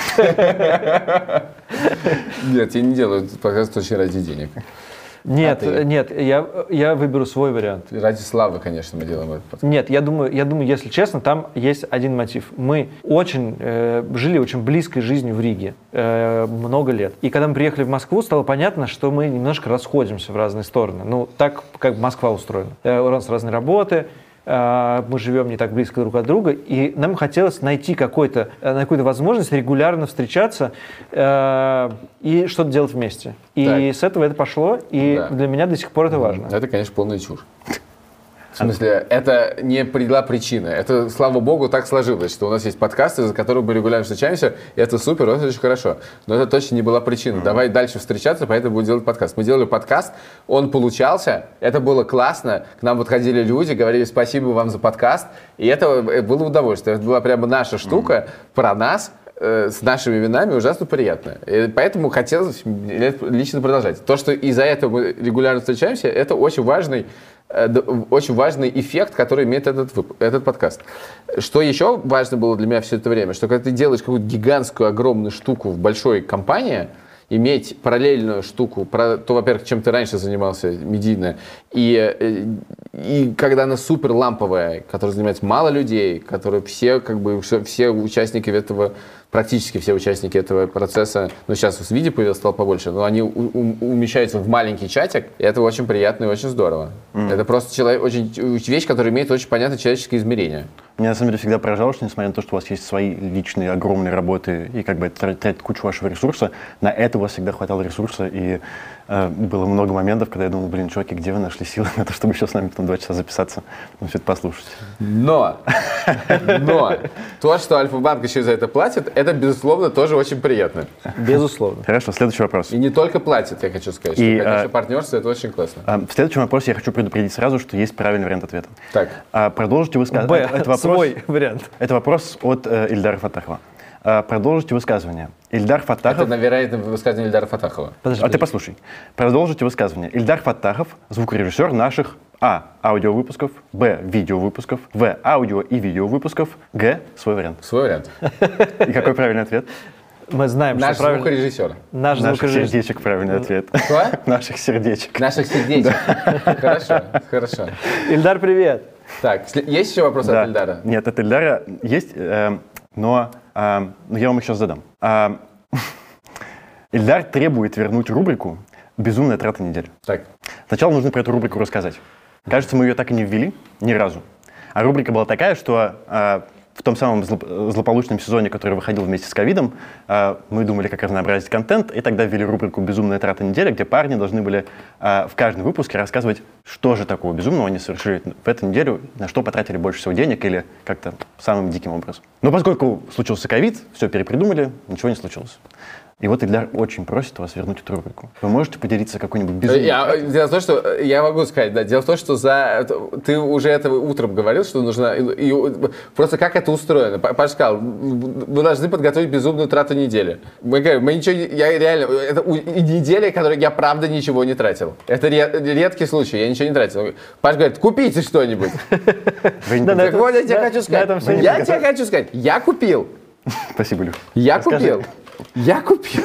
Нет, я не делаю этот подкаст очень ради денег. Нет, а нет, я, я выберу свой вариант. Ради славы, конечно, мы делаем этот подкаст. Нет, я думаю, я думаю, если честно, там есть один мотив. Мы очень э, жили очень близкой жизнью в Риге э, много лет. И когда мы приехали в Москву, стало понятно, что мы немножко расходимся в разные стороны. Ну, так, как Москва устроена. Э, у нас разные работы, э, мы живем не так близко друг от друга, и нам хотелось найти какой-то, э, какую-то возможность регулярно встречаться э, и что-то делать вместе. И так. с этого это пошло, и да. для меня до сих пор это важно. Это, конечно, полная чушь. В смысле, это не была причина. Это, слава богу, так сложилось, что у нас есть подкасты, за которые мы регулярно встречаемся, и это супер, это очень хорошо. Но это точно не была причина. Mm-hmm. Давай дальше встречаться, поэтому будем делать подкаст. Мы делали подкаст, он получался, это было классно. К нам подходили люди, говорили спасибо вам за подкаст, и это было удовольствие. Это была прямо наша штука mm-hmm. про нас, с нашими именами ужасно приятно. И поэтому хотелось лично продолжать. То, что из-за этого мы регулярно встречаемся, это очень важный, очень важный эффект, который имеет этот, этот подкаст. Что еще важно было для меня все это время, что когда ты делаешь какую-то гигантскую, огромную штуку в большой компании, иметь параллельную штуку, про то, во-первых, чем ты раньше занимался медийно, и, и когда она супер ламповая, которая занимается мало людей, которые все, как бы, все участники этого, практически все участники этого процесса, ну, сейчас в виде появилось, стало побольше, но они у, у, умещаются в маленький чатик, и это очень приятно и очень здорово. Mm. Это просто человек, очень, вещь, которая имеет очень понятное человеческое измерение. Меня, на самом деле, всегда поражало, что, несмотря на то, что у вас есть свои личные огромные работы, и как бы это тратит кучу вашего ресурса, на это у вас всегда хватало ресурса, и э, было много моментов, когда я думал, блин, чуваки, где вы нашли силы на то, чтобы еще с нами потом два часа записаться, ну, все это послушать. Но, но, то, что Альфа-банк еще за это платит, это, безусловно, тоже очень приятно. Безусловно. Хорошо, следующий вопрос. И не только платит, я хочу сказать, и, что, конечно, а, партнерство, это очень классно. А, в следующем вопросе я хочу предупредить сразу, что есть правильный вариант ответа. Так. А, продолжите высказывание. Это вопрос, свой вариант. Это вопрос от э, Ильдара Фатахова. А, продолжите высказывание. Ильдар Фатахов... Это, вероятно, высказывание Ильдара Фатахова. Подожди, а ты послушай. Продолжите высказывание. Ильдар Фатахов, звукорежиссер наших А. Аудиовыпусков, Б. Видеовыпусков, В. Аудио и видеовыпусков, Г. Свой вариант. Свой вариант. И какой правильный ответ? Мы знаем, Наш что правильно... звукорежиссер. Наш Наших звукорежиссер. сердечек правильный ответ. Что? Наших сердечек. Наших сердечек. Хорошо, хорошо. Ильдар, привет. Так, есть еще вопрос Да. от Ильдара? Нет, от Ильдара есть, э, но э, я вам их сейчас задам. Э, Ильдар требует вернуть рубрику безумная трата недели. Так. Сначала нужно про эту рубрику рассказать. Кажется, мы ее так и не ввели ни разу. А рубрика была такая, что э, в том самом зло- злополучном сезоне, который выходил вместе с ковидом, э, мы думали, как разнообразить контент, и тогда ввели рубрику «Безумная трата недели», где парни должны были э, в каждом выпуске рассказывать, что же такого безумного они совершили в эту неделю, на что потратили больше всего денег или как-то самым диким образом. Но поскольку случился ковид, все перепридумали, ничего не случилось. И вот Ильдар очень просит вас вернуть эту рубрику. Вы можете поделиться какой-нибудь безумной... Я, дело в том, что я могу сказать, да, дело в том, что за ты уже это утром говорил, что нужно и, и, просто как это устроено. Паша сказал, вы должны подготовить безумную трату недели. Мы говорим, мы ничего, я реально, это неделя, которой я правда ничего не тратил. Это редкий случай, я ничего не тратил. Паша говорит, купите что-нибудь. Так вот я тебе хочу сказать, я тебе хочу сказать, я купил. Спасибо, Люх. Я купил. Я купил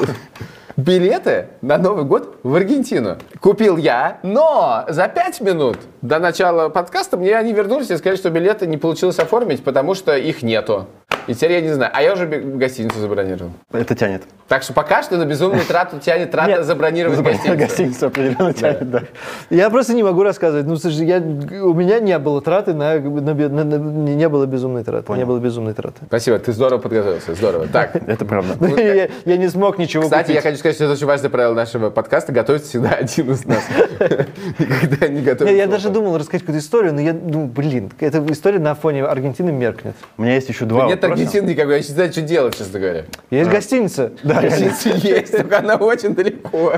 билеты на Новый год в Аргентину. Купил я, но за пять минут до начала подкаста мне они вернулись и сказали, что билеты не получилось оформить, потому что их нету. И теперь я не знаю. А я уже гостиницу забронировал. Это тянет. Так что пока что на безумную трату тянет трата забронировать гостиницу. Гостиницу определенно тянет, да. Я просто не могу рассказывать. Ну, слушай, я, у меня не было траты, на, на, на, на- не было безумной траты. Понял. Не было безумной траты. Спасибо, ты здорово подготовился. Здорово. Так, Это правда. Ну, я, я не смог ничего кстати, я купить. хочу сказать, что это очень важное правило нашего подкаста. Готовится всегда один из нас. Никогда не готовится. Не, я даже думал рассказать какую-то историю, но я думаю, блин, эта история на фоне Аргентины меркнет. У меня есть еще два Нет вопроса. Аргентины никакой, я не знаю, что делать, честно говоря. Есть гостиница. Да, Гостиница есть, только она очень далеко.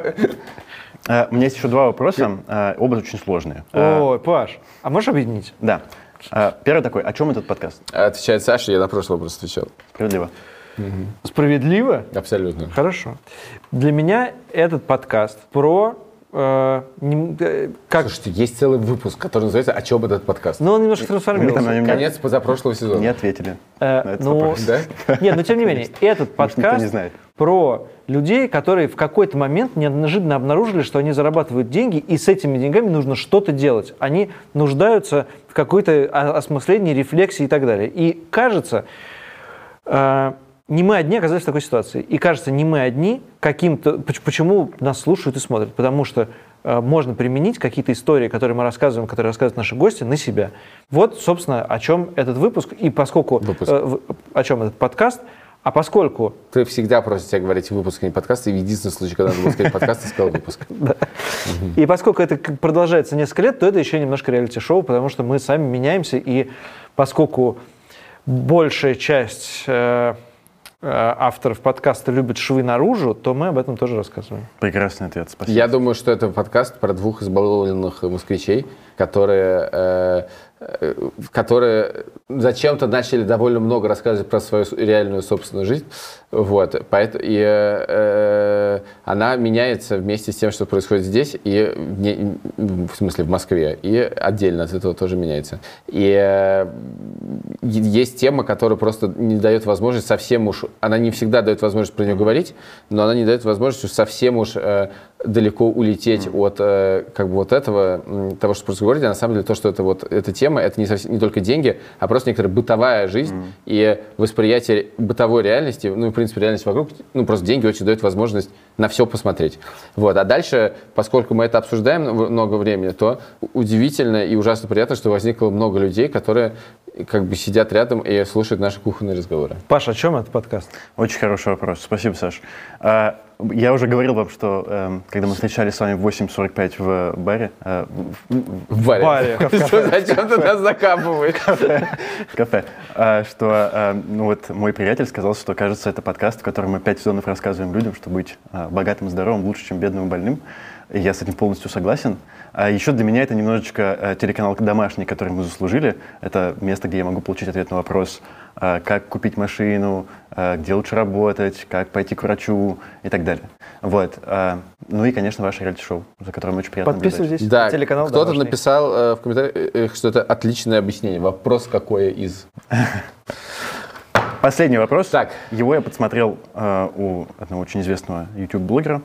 Э, У меня есть еще два вопроса, э, оба очень сложные. Э, Ой, Паш, а можешь объединить? Да. Э, Первый такой, о чем этот подкаст? Отвечает Саша, я на прошлый вопрос отвечал. Справедливо. Справедливо? Абсолютно. Хорошо. Для меня этот подкаст про... э, не- э, как... Слушайте, есть целый выпуск, который называется «О чем этот подкаст?». Ну, он немножко Мы там трансформировался. на нем Конец позапрошлого сезона. не ответили Э, на этот ну, вопрос. Да? Нет, но тем не менее, этот Может, никто подкаст не знает. про людей, которые в какой-то момент неожиданно обнаружили, что они зарабатывают деньги, и с этими деньгами нужно что-то делать. Они нуждаются в какой-то о- осмыслении, рефлексии и так далее. И кажется, э, не мы одни оказались в такой ситуации. И кажется, не мы одни каким-то... поч- Почему нас слушают и смотрят? Потому что э, можно применить какие-то истории, которые мы рассказываем, которые рассказывают наши гости, на себя. Вот, собственно, о чем этот выпуск. И поскольку... Выпуск. э, в- о чем этот подкаст. А поскольку... Ты всегда просишь тебя говорить выпуск, а не подкаст, и в единственный случай, когда надо было сказать подкаст, ты сказал выпуск. И поскольку это к- продолжается несколько лет, то это еще немножко реалити-шоу, потому что мы сами меняемся, и поскольку большая часть э, э, авторов подкаста любит швы наружу, то мы об этом тоже рассказываем. Прекрасный ответ, спасибо. Я думаю, что это подкаст про двух избалованных москвичей, которые, э, э, которые зачем-то начали довольно много рассказывать про свою с- реальную собственную жизнь. Вот. Поэтому, и э, она меняется вместе с тем, что происходит здесь, и не- в смысле в Москве, и отдельно от этого тоже меняется. И э, есть тема, которая просто не дает возможность совсем уж... Она не всегда дает возможность про нее говорить, но она не дает возможность уж совсем уж э, далеко улететь mm. от э, как бы вот этого, м, того, что происходит в городе. А на самом деле то, что это вот эта тема, это не, совсем, не только деньги, а просто некоторая бытовая жизнь mm. и восприятие бытовой реальности, ну и в принципе реальность вокруг, ну просто деньги очень дают возможность на все посмотреть. Вот. А дальше, поскольку мы это обсуждаем много времени, то удивительно и ужасно приятно, что возникло много людей, которые как бы сидят рядом и слушают наши кухонные разговоры. Паша, о чем этот подкаст? Очень хороший вопрос. Спасибо, Саш. А, Я уже говорил вам, что эм, когда мы встречались с вами в восемь сорок пять в баре, э, в, В баре. баре. Что, зачем ты нас закапываешь? в кафе, а, что э, ну вот мой приятель сказал, что, кажется, это подкаст, в котором мы пять сезонов рассказываем людям, что быть а, богатым и здоровым лучше, чем бедным и больным. И я с этим полностью согласен. А еще для меня это немножечко э, телеканал «Домашний», который мы заслужили. Это место, где я могу получить ответ на вопрос, э, как купить машину, э, где лучше работать, как пойти к врачу и так далее. Вот. э, ну и, конечно, ваше реалити-шоу, за которым очень приятно наблюдать. Подписывайтесь Да, на телеканал кто-то «Домашний». написал э, в комментариях, что это отличное объяснение. Вопрос какое из. Последний вопрос. Так. Его я подсмотрел э, у одного очень известного YouTube-блогера.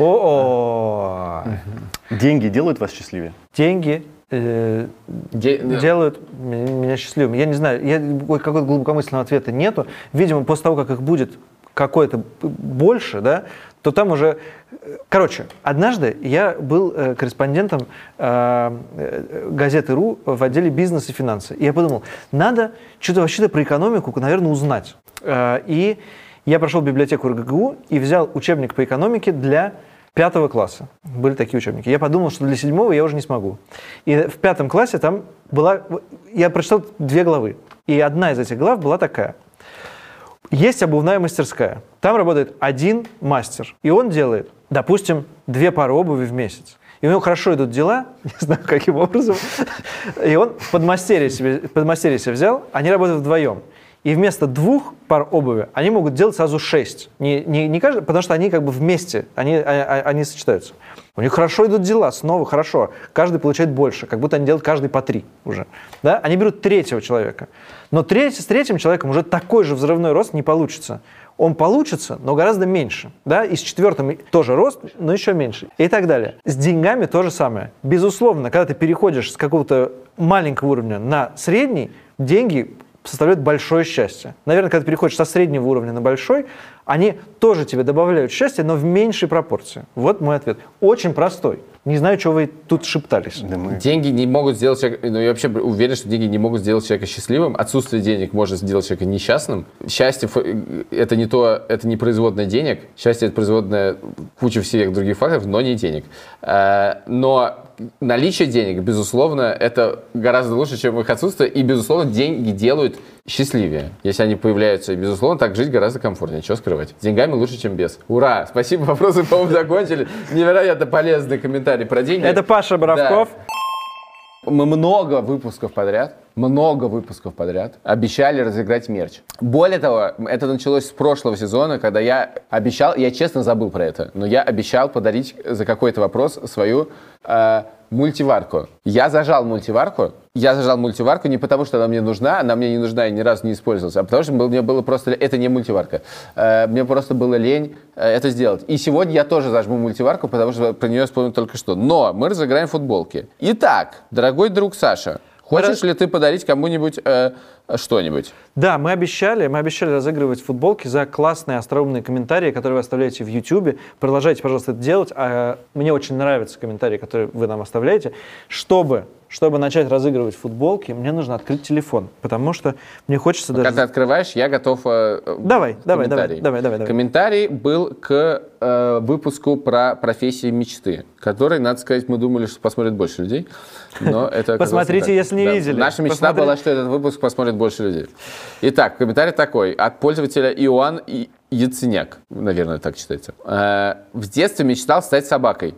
О-о. Деньги делают вас счастливее? Деньги э, Де- делают меня меня счастливым. Я не знаю, я, ой, какого-то глубокомысленного ответа нету. Видимо, после того, как их будет какое-то больше, да, то там уже... Короче, однажды я был э, корреспондентом э, э, газеты РУ в отделе бизнес и финансы. И я подумал, надо что-то вообще-то про экономику, наверное, узнать. Э, и я прошел в библиотеку РГГУ и взял учебник по экономике для пятого класса. Были такие учебники. Я подумал, что для седьмого я уже не смогу. И в пятом классе там была... Я прочитал две главы. И одна из этих глав была такая. Есть обувная мастерская. Там работает один мастер. И он делает, допустим, две пары обуви в месяц. И у него хорошо идут дела, не знаю, каким образом. И он подмастерье себе, подмастерье себе взял, они работают вдвоем. И вместо двух пар обуви они могут делать сразу шесть. Не, не, не каждый, потому что они как бы вместе, они, они, они сочетаются. У них хорошо идут дела, снова хорошо. Каждый получает больше, как будто они делают каждый по три уже. Да? Они берут третьего человека. Но треть, с третьим человеком уже такой же взрывной рост не получится. Он получится, но гораздо меньше. Да? И с четвертым тоже рост, но еще меньше. И так далее. С деньгами то же самое. Безусловно, когда ты переходишь с какого-то маленького уровня на средний, деньги составляют большое счастье. Наверное, когда ты переходишь со среднего уровня на большой, они тоже тебе добавляют счастье, но в меньшей пропорции. Вот мой ответ. Очень простой. Не знаю, что вы тут шептались. Да мы... Деньги не могут сделать человека... Ну, я вообще уверен, что деньги не могут сделать человека счастливым. Отсутствие денег может сделать человека несчастным. Счастье — это не то, это не производное денег. Счастье — это производное куча всех других факторов, но не денег. Но наличие денег, безусловно, это гораздо лучше, чем их отсутствие. И, безусловно, деньги делают счастливее. Если они появляются, и, безусловно, так жить гораздо комфортнее. Чего скрывать? С деньгами лучше, чем без. Ура! Спасибо, вопросы, по-моему, закончили. Невероятно полезный комментарий про деньги. Это Паша Боровков. Да. Мы много выпусков подряд, много выпусков подряд обещали разыграть мерч. Более того, это началось с прошлого сезона, когда я обещал, я честно забыл про это, но я обещал подарить за какой-то вопрос свою э, мультиварку. Я зажал мультиварку. Я зажал мультиварку не потому, что она мне нужна, она мне не нужна и ни разу не использовалась, а потому что мне было просто... Это не мультиварка. Э, мне просто было лень э, это сделать. И сегодня я тоже зажму мультиварку, потому что про нее вспомнил только что. Но мы разыграем футболки. Итак, дорогой друг Саша, хочешь ли ты подарить кому-нибудь э, что-нибудь? Да, мы обещали, мы обещали разыгрывать футболки за классные остроумные комментарии, которые вы оставляете в YouTube. Продолжайте, пожалуйста, это делать. А мне очень нравятся комментарии, которые вы нам оставляете. Чтобы, чтобы начать разыгрывать футболки, мне нужно открыть телефон, потому что мне хочется Пока даже... ты открываешь, я готов э, Давай, давай, давай, комментарий. давай, давай, давай. Комментарий был к э, выпуску про профессии мечты, который, надо сказать, мы думали, что посмотрит больше людей. Но это посмотрите, если не да. видели. Наша мечта Посмотри... была, что этот выпуск посмотрит больше людей. Итак, комментарий такой от пользователя Иоанн Яценяк, наверное, так читается. Э, в детстве мечтал стать собакой.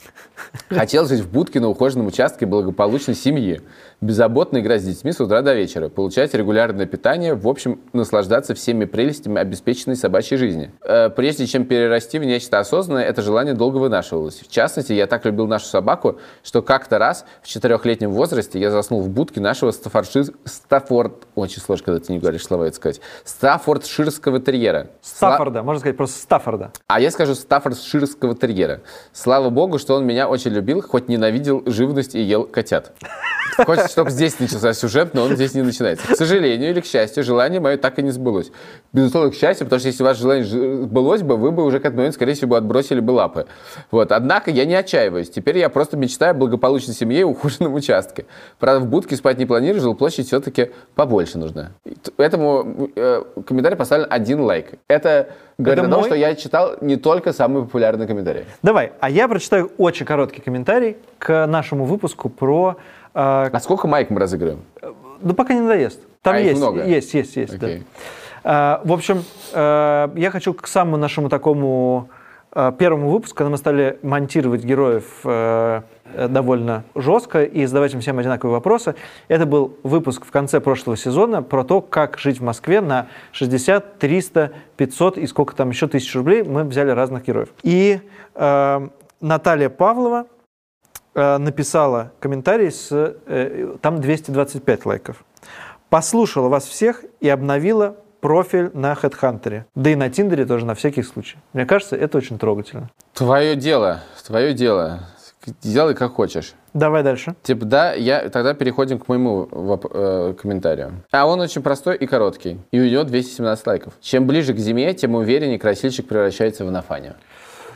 Хотел жить в будке на ухоженном участке благополучной семьи, беззаботно играть с детьми с утра до вечера, получать регулярное питание, в общем, наслаждаться всеми прелестями обеспеченной собачьей жизни. Э, прежде чем перерасти в нечто осознанное, это желание долго вынашивалось. В частности, я так любил нашу собаку, что как-то раз в четырехлетнем возрасте я заснул в будке нашего стаффордшир... Стаффорд... Очень сложно, когда ты не говоришь слова, это сказать. Стаффордширского терьера. Стаффорда, Сла... можно сказать просто Стаффорда. А я скажу стаффордширского терьера. Слава богу, что он меня очень любил, хоть ненавидел живность и ел котят. Хочется, чтобы здесь начался сюжет, но он здесь не начинается. К сожалению или к счастью, желание мое так и не сбылось. Безусловно, к счастью, потому что если ваше желание сбылось бы, вы бы уже к этому моменту, скорее всего, отбросили бы лапы. Вот. Однако я не отчаиваюсь. Теперь я просто мечтаю о благополучной семье и ухоженном участке. Правда, в будке спать не планирую, жилплощадь все-таки побольше нужна. Этому э, комментарию поставлен один лайк. Это говорит Это о том, мой? что я читал не только самые популярные комментарии. Давай, а я прочитаю очень короткий комментарий к нашему выпуску про... Э, А сколько майк мы разыгрываем? ну, пока не надоест. Там А их есть, много? есть, есть, есть. Да. Окей. Э, в общем, э, я хочу к самому нашему такому э, первому выпуску, когда мы стали монтировать героев э, довольно жестко и задавать им всем одинаковые вопросы. Это был выпуск в конце прошлого сезона про то, как жить в Москве на шестьдесят, триста, пятьсот и сколько там еще тысяч рублей. Мы взяли разных героев. И э, Наталья Павлова э, написала комментарий, с, э, там двести двадцать пять лайков. Послушала вас всех и обновила профиль на HeadHunter. Да и на Тиндере тоже на всякий случай. Мне кажется, это очень трогательно. Твое дело, твое дело. Делай как хочешь. Давай дальше. Типа, да, я, тогда переходим к моему воп- э, комментарию. А он очень простой и короткий. И у него двести семнадцать лайков. Чем ближе к зиме, тем увереннее красильщик превращается в Нафаню.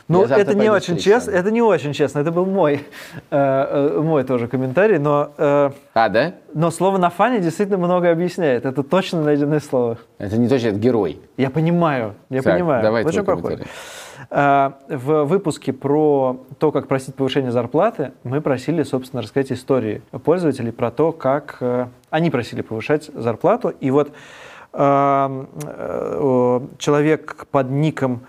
Ну, Я завтра это не пойду очень встречу честно, с вами. это не очень честно, это был мой, э, э, мой тоже комментарий, но, э, А, да? но слово «нафани» действительно много объясняет, это точно найденное слово. Это не точно, это герой. Я понимаю, я Так, понимаю. давай Вот твой чем похоже. комментарий. А, В выпуске про то, как просить повышение зарплаты, мы просили, собственно, рассказать истории пользователей про то, как э, они просили повышать зарплату. И вот э, э, человек под ником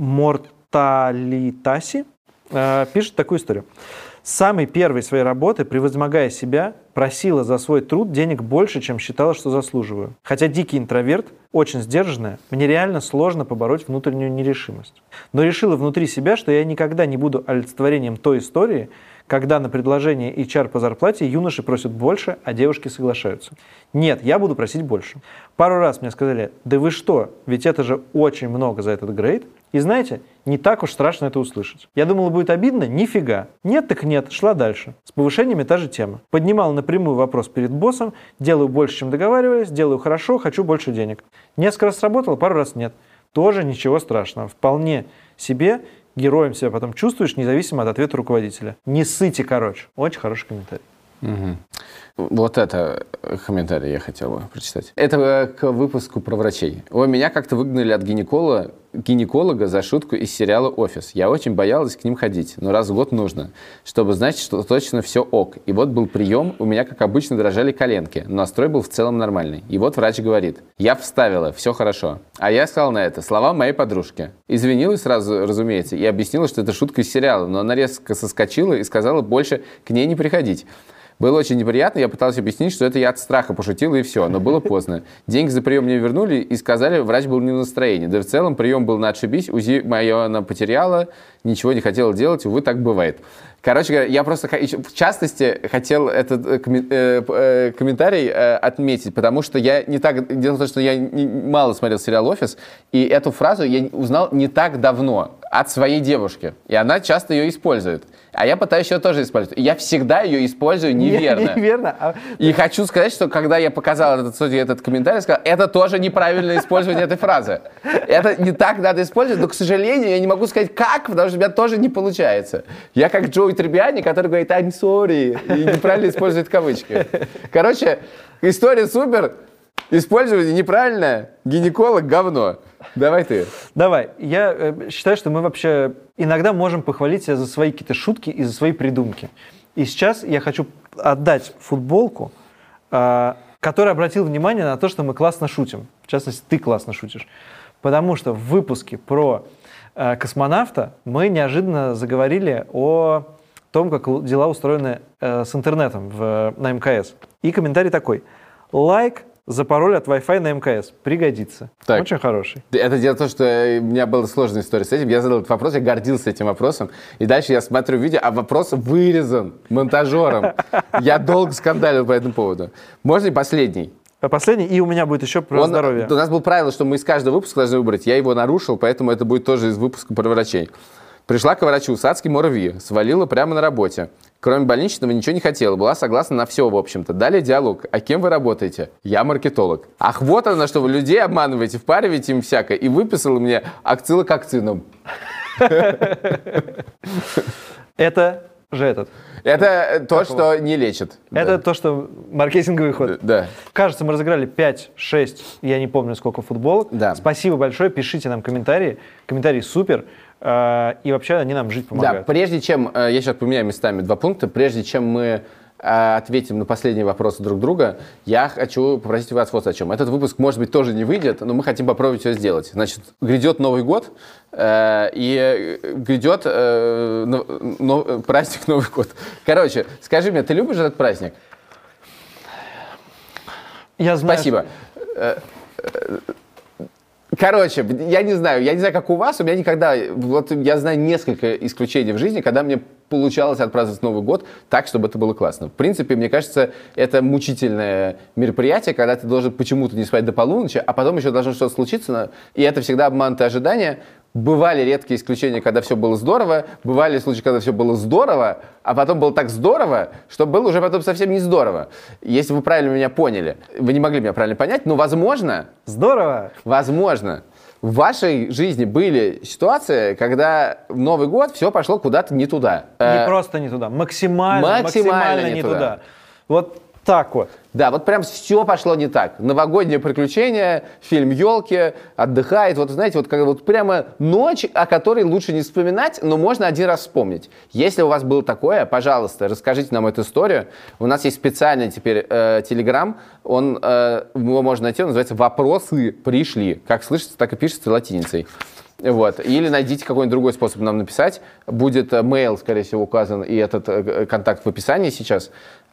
Морталитаси э, пишет такую историю. С самой первой своей работы, превозмогая себя, просила за свой труд денег больше, чем считала, что заслуживаю. Хотя дикий интроверт, очень сдержанная, мне реально сложно побороть внутреннюю нерешимость. Но решила внутри себя, что я никогда не буду олицетворением той истории, когда на предложение эйч ар по зарплате юноши просят больше, а девушки соглашаются. Нет, я буду просить больше. Пару раз мне сказали, да вы что, ведь это же очень много за этот грейд. И знаете, не так уж страшно это услышать. Я думала, будет обидно? Нифига. Нет так нет, шла дальше. С повышениями та же тема. Поднимала напрямую вопрос перед боссом, делаю больше, чем договаривались, делаю хорошо, хочу больше денег. Несколько раз сработало, пару раз нет. Тоже ничего страшного. Вполне себе героем себя потом чувствуешь, независимо от ответа руководителя. Не ссыте, короче. Очень хороший комментарий. Угу. Вот это комментарий я хотел бы прочитать. Это к выпуску про врачей. Ой, меня как-то выгнали от гинеколога, гинеколога за шутку из сериала «Офис». Я очень боялась к ним ходить, но раз в год нужно, чтобы знать, что точно все ок. И вот был прием, у меня, как обычно, дрожали коленки, но настрой был в целом нормальный. И вот врач говорит, я вставила, все хорошо. А я сказал на это слова моей подружки. Извинилась сразу, разумеется, и объяснила, что это шутка из сериала, но она резко соскочила и сказала больше к ней не приходить. Было очень неприятно, я пытался объяснить, что это я от страха пошутил, и все, но было поздно. Деньги за прием мне вернули и сказали, врач был не в настроении. Да в целом прием был на отшибись, УЗИ мое она потеряла, ничего не хотела делать, увы, так бывает. Короче говоря, я просто в частности хотел этот комментарий отметить, потому что я не так... Дело в том, что я мало смотрел сериал «Офис», и эту фразу я узнал не так давно от своей девушки, и она часто ее использует. А я пытаюсь ее тоже использовать. И я всегда ее использую неверно. Неверно. А... И хочу сказать, что когда я показал этот, судье этот комментарий, я сказал, это тоже неправильное использование этой фразы. Это не так надо использовать, но, к сожалению, я не могу сказать как, потому что у меня тоже не получается. Я как Джоуи Триббиани, который говорит I'm sorry, и неправильно использует кавычки. Короче, история супер, использование неправильное, гинеколог говно. Давай ты. Давай. Я э, считаю, что мы вообще иногда можем похвалить себя за свои какие-то шутки и за свои придумки. И сейчас я хочу отдать футболку, э, которая обратила внимание на то, что мы классно шутим. В частности, ты классно шутишь. Потому что в выпуске про э, космонавта мы неожиданно заговорили о том, как дела устроены э, с интернетом в, на эм ка эс. И комментарий такой. Лайк за пароль от Wi-Fi на эм ка эс. Пригодится. Так. Очень хороший. Это дело в том, что у меня была сложная история с этим. Я задал этот вопрос, я гордился этим вопросом. И дальше я смотрю видео, а вопрос вырезан монтажером. Я долго скандалил по этому поводу. Можно и последний? Последний, и у меня будет еще про Он, здоровье. У нас было правило, что мы из каждого выпуска должны выбрать. Я его нарушил, поэтому это будет тоже из выпуска про врачей. Пришла к врачу с адским ОРВИ, свалила прямо на работе. Кроме больничного ничего не хотела, была согласна на все, в общем-то. Далее диалог. А кем вы работаете? Я маркетолог. Ах, вот оно, что вы людей обманываете, впариваете им всякое. И выписала мне акцилококцином. Это же этот. Это то, что не лечит. Это то, что маркетинговый ход. Да. Кажется, мы разыграли пять-шесть, я не помню, сколько футболок. Да. Спасибо большое, пишите нам комментарии. Комментарии супер. И вообще они нам жить помогают. Да, прежде чем, я сейчас поменяю местами два пункта, прежде чем мы ответим на последние вопросы друг друга, я хочу попросить вас вот о чем. Этот выпуск, может быть, тоже не выйдет, но мы хотим попробовать все сделать. Значит, грядет Новый год, э, и грядет э, но, но, праздник Новый год. Короче, скажи мне, ты любишь этот праздник? Я знаю. Спасибо. Короче, я не знаю, я не знаю, как у вас, у меня никогда, вот я знаю несколько исключений в жизни, когда мне получалось отпраздновать Новый год так, чтобы это было классно. В принципе, мне кажется, это мучительное мероприятие, когда ты должен почему-то не спать до полуночи, а потом еще должно что-то случиться, и это всегда обманутые ожидания. Бывали редкие исключения, когда все было здорово, бывали случаи, когда все было здорово, а потом было так здорово, что было уже потом совсем не здорово. Если вы правильно меня поняли, вы не могли меня правильно понять, но возможно... Здорово! Возможно, в вашей жизни были ситуации, когда в Новый год все пошло куда-то не туда? Не Э, просто не туда, максимально, максимально максимально, не не туда. туда. Вот так вот. Да, вот прям все пошло не так. Новогоднее приключение, фильм «Елки», отдыхает. Вот знаете, вот, как, вот прямо ночь, о которой лучше не вспоминать, но можно один раз вспомнить. Если у вас было такое, пожалуйста, расскажите нам эту историю. У нас есть специальный теперь э, телеграм, он, э, его можно найти, он называется «Вопросы пришли». Как слышится, так и пишется латиницей. Вот. Или найдите какой-нибудь другой способ нам написать. Будет мейл, скорее всего, указан, и этот э, контакт в описании сейчас.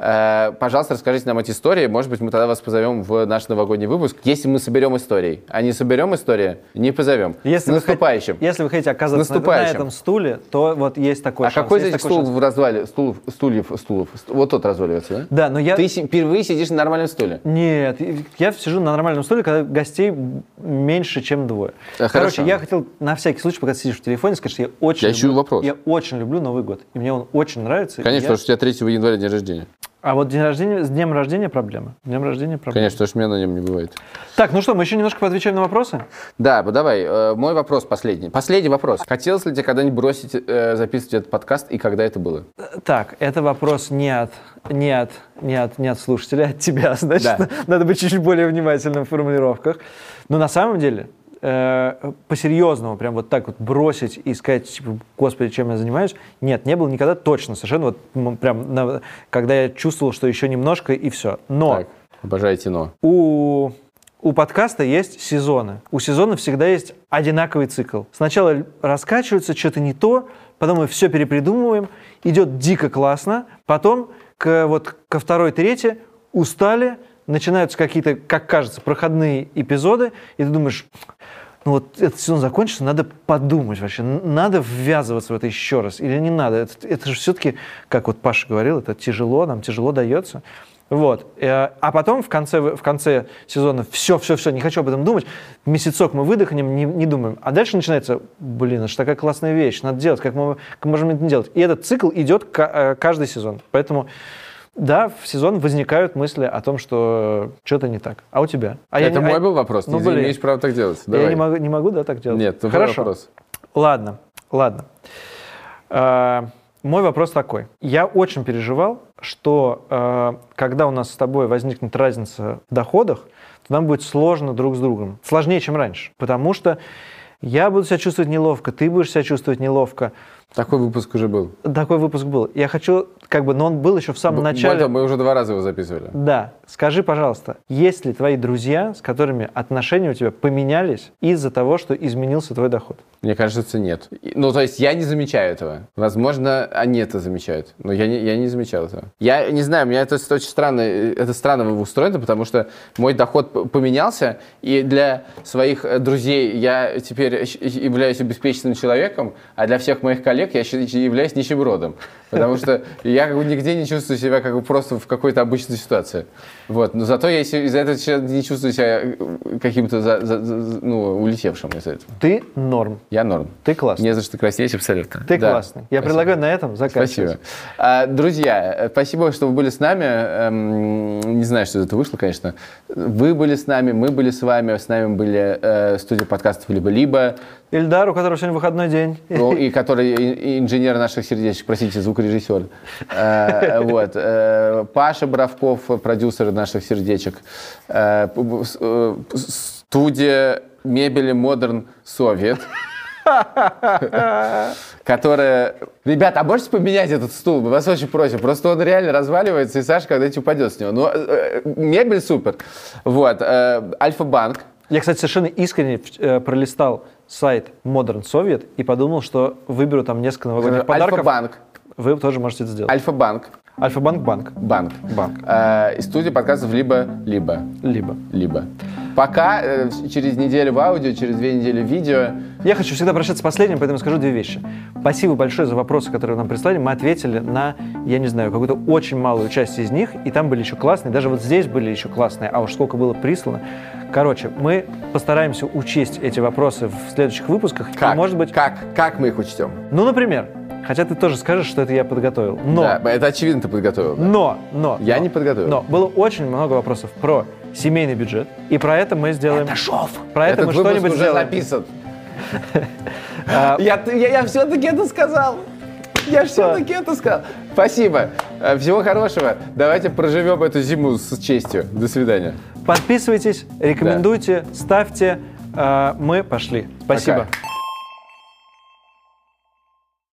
Э, пожалуйста, расскажите нам эти истории. Может быть, мы тогда вас позовем в наш новогодний выпуск, если мы соберем истории. А не соберем истории, не позовем. Если С наступающим. Вы, если вы хотите оказаться на, на этом стуле, то вот есть такой а шанс. какой из есть этих такой стулов в развале, стулов, стульев, стулов? Вот тот разваливается, да? Да, но я... Ты си- впервые сидишь на нормальном стуле. Нет, я сижу на нормальном стуле, когда гостей меньше, чем двое. А, Короче, хорошо. я хотел на всякий случай, пока ты сидишь в телефоне, сказать, что я очень, Я ищу люблю, вопрос. я очень люблю Новый год. И мне он очень нравится. и Конечно, я- потому что у тебя третьего января день рождения. А вот день рождения, с днем рождения проблема. С днем рождения проблема. Конечно, потому что у меня на нем не бывает. Так, ну что, мы еще немножко поотвечаем на вопросы? Да, давай. э, Мой вопрос последний. Последний вопрос. Хотелось ли тебе когда-нибудь бросить э, записывать этот подкаст, и когда это было? Так, это вопрос не от, не от, не от, не от слушателя, а от тебя, значит. Да. Надо быть чуть более внимательным в формулировках. Но на самом деле, э, по-серьезному, прям вот так вот бросить и сказать, типа, господи, чем я занимаюсь, нет, не было никогда точно, совершенно вот м, прям, на- когда я чувствовал, что еще немножко и все. Но Так, обожаете но. у, у подкаста есть сезоны. У сезона всегда есть одинаковый цикл. Сначала раскачивается, что-то не то, потом мы все перепридумываем, идет дико классно, потом к, вот, ко второй трети устали, начинаются какие-то, как кажется, проходные эпизоды, и ты думаешь, ну вот этот сезон закончится, надо подумать вообще, н- надо ввязываться в это еще раз или не надо. Это, это же все-таки, как вот Паша говорил, это тяжело, нам тяжело дается. Вот. Э, А потом в конце, в конце сезона все-все-все, не хочу об этом думать, месяцок мы выдохнем, не, не думаем. А дальше начинается, блин, это же такая классная вещь, надо делать, как мы, как мы можем это не делать. И этот цикл идет ка- э, каждый сезон. Поэтому, да, в сезон возникают мысли о том, что что-то не так. А у тебя? А Это не- мой а- был вопрос. ну, ты не блин. имеешь права так делать. Я Давай. не могу, не могу, да, так делать? Нет, твой Хорошо. вопрос. Ладно, ладно. А, Мой вопрос такой. Я очень переживал, что э, когда у нас с тобой возникнет разница в доходах, то нам будет сложно друг с другом. Сложнее, чем раньше. Потому что я буду себя чувствовать неловко, ты будешь себя чувствовать неловко. Такой выпуск уже был. Такой выпуск был. Я хочу, как бы, но он был еще в самом Б- начале. более того, мы уже два раза его записывали. Да. Скажи, пожалуйста, есть ли твои друзья, с которыми отношения у тебя поменялись из-за того, что изменился твой доход? Мне кажется, нет. И- Ну, то есть я не замечаю этого. Возможно, они это замечают, но я не, я не замечал этого. Я не знаю, у меня это очень странно, это странно устроено, потому что мой доход п- поменялся, и для своих э, друзей я теперь щ- являюсь обеспеченным человеком, а для всех моих коллег я щ- являюсь нищебродом. Потому что я как бы нигде не чувствую себя как бы просто в какой-то обычной ситуации. Вот. Но зато я се- из-за этого ща не чувствую себя э, каким-то за- за- за- ну, улетевшим из-за этого. Ты норм. Я норм. Ты классный. Не за что краснеть абсолютно. Ты Да. классный. Я Спасибо. предлагаю на этом заканчивать. Спасибо. А, друзья, э, спасибо, что вы были с нами. Эм, Не знаю, что из этого вышло, конечно. Вы были с нами, мы были с вами. С нами были э, студия подкастов «Либо-либо», Ильдар, у которого сегодня выходной день. ну, и который и- и инженер наших сердечек, простите, звукорежиссер. Э, Вот. Э, Паша Боровков, продюсер наших сердечек. Э, п- б- с- э, Студия мебели Modern Soviet. Которая... Ребята, а можете поменять этот стул? Мы вас очень просим. Просто он реально разваливается, и Саша когда-нибудь упадет с него. Но э, мебель супер. Вот. э, Альфа-банк. Я, кстати, совершенно искренне э, пролистал сайт Modern Soviet и подумал, что выберу там несколько новогодних подарков. Альфа-банк. Вы тоже можете это сделать. Альфа-банк. Альфа-банк, банк. Банк. Банк. Э, И студия подкастов «Либо-либо». Либо. Либо. Пока э, через неделю в аудио, через две недели в видео. Я хочу всегда прощаться с последним, поэтому скажу две вещи. Спасибо большое за вопросы, которые вы нам прислали. Мы ответили на, я не знаю, какую-то очень малую часть из них, и там были еще классные, даже вот здесь были еще классные, а уж сколько было прислано. Короче, мы постараемся учесть эти вопросы в следующих выпусках. Как? И, может быть, Как? Как мы их учтем? ну, например, хотя ты тоже скажешь, что это я подготовил. Но, Да, это очевидно ты подготовил. да. но, но. Я но, не подготовил. Но было очень много вопросов про семейный бюджет. И про это мы сделаем... Это шов. Про это Этот мы выпуск что-нибудь уже сделаем. записан. А, Я, я, я все-таки это сказал. Я все-таки это сказал. Спасибо. Э, Всего хорошего. Давайте проживем эту зиму с честью. До свидания. Подписывайтесь, рекомендуйте, ставьте. А, Мы пошли. Спасибо. Пока.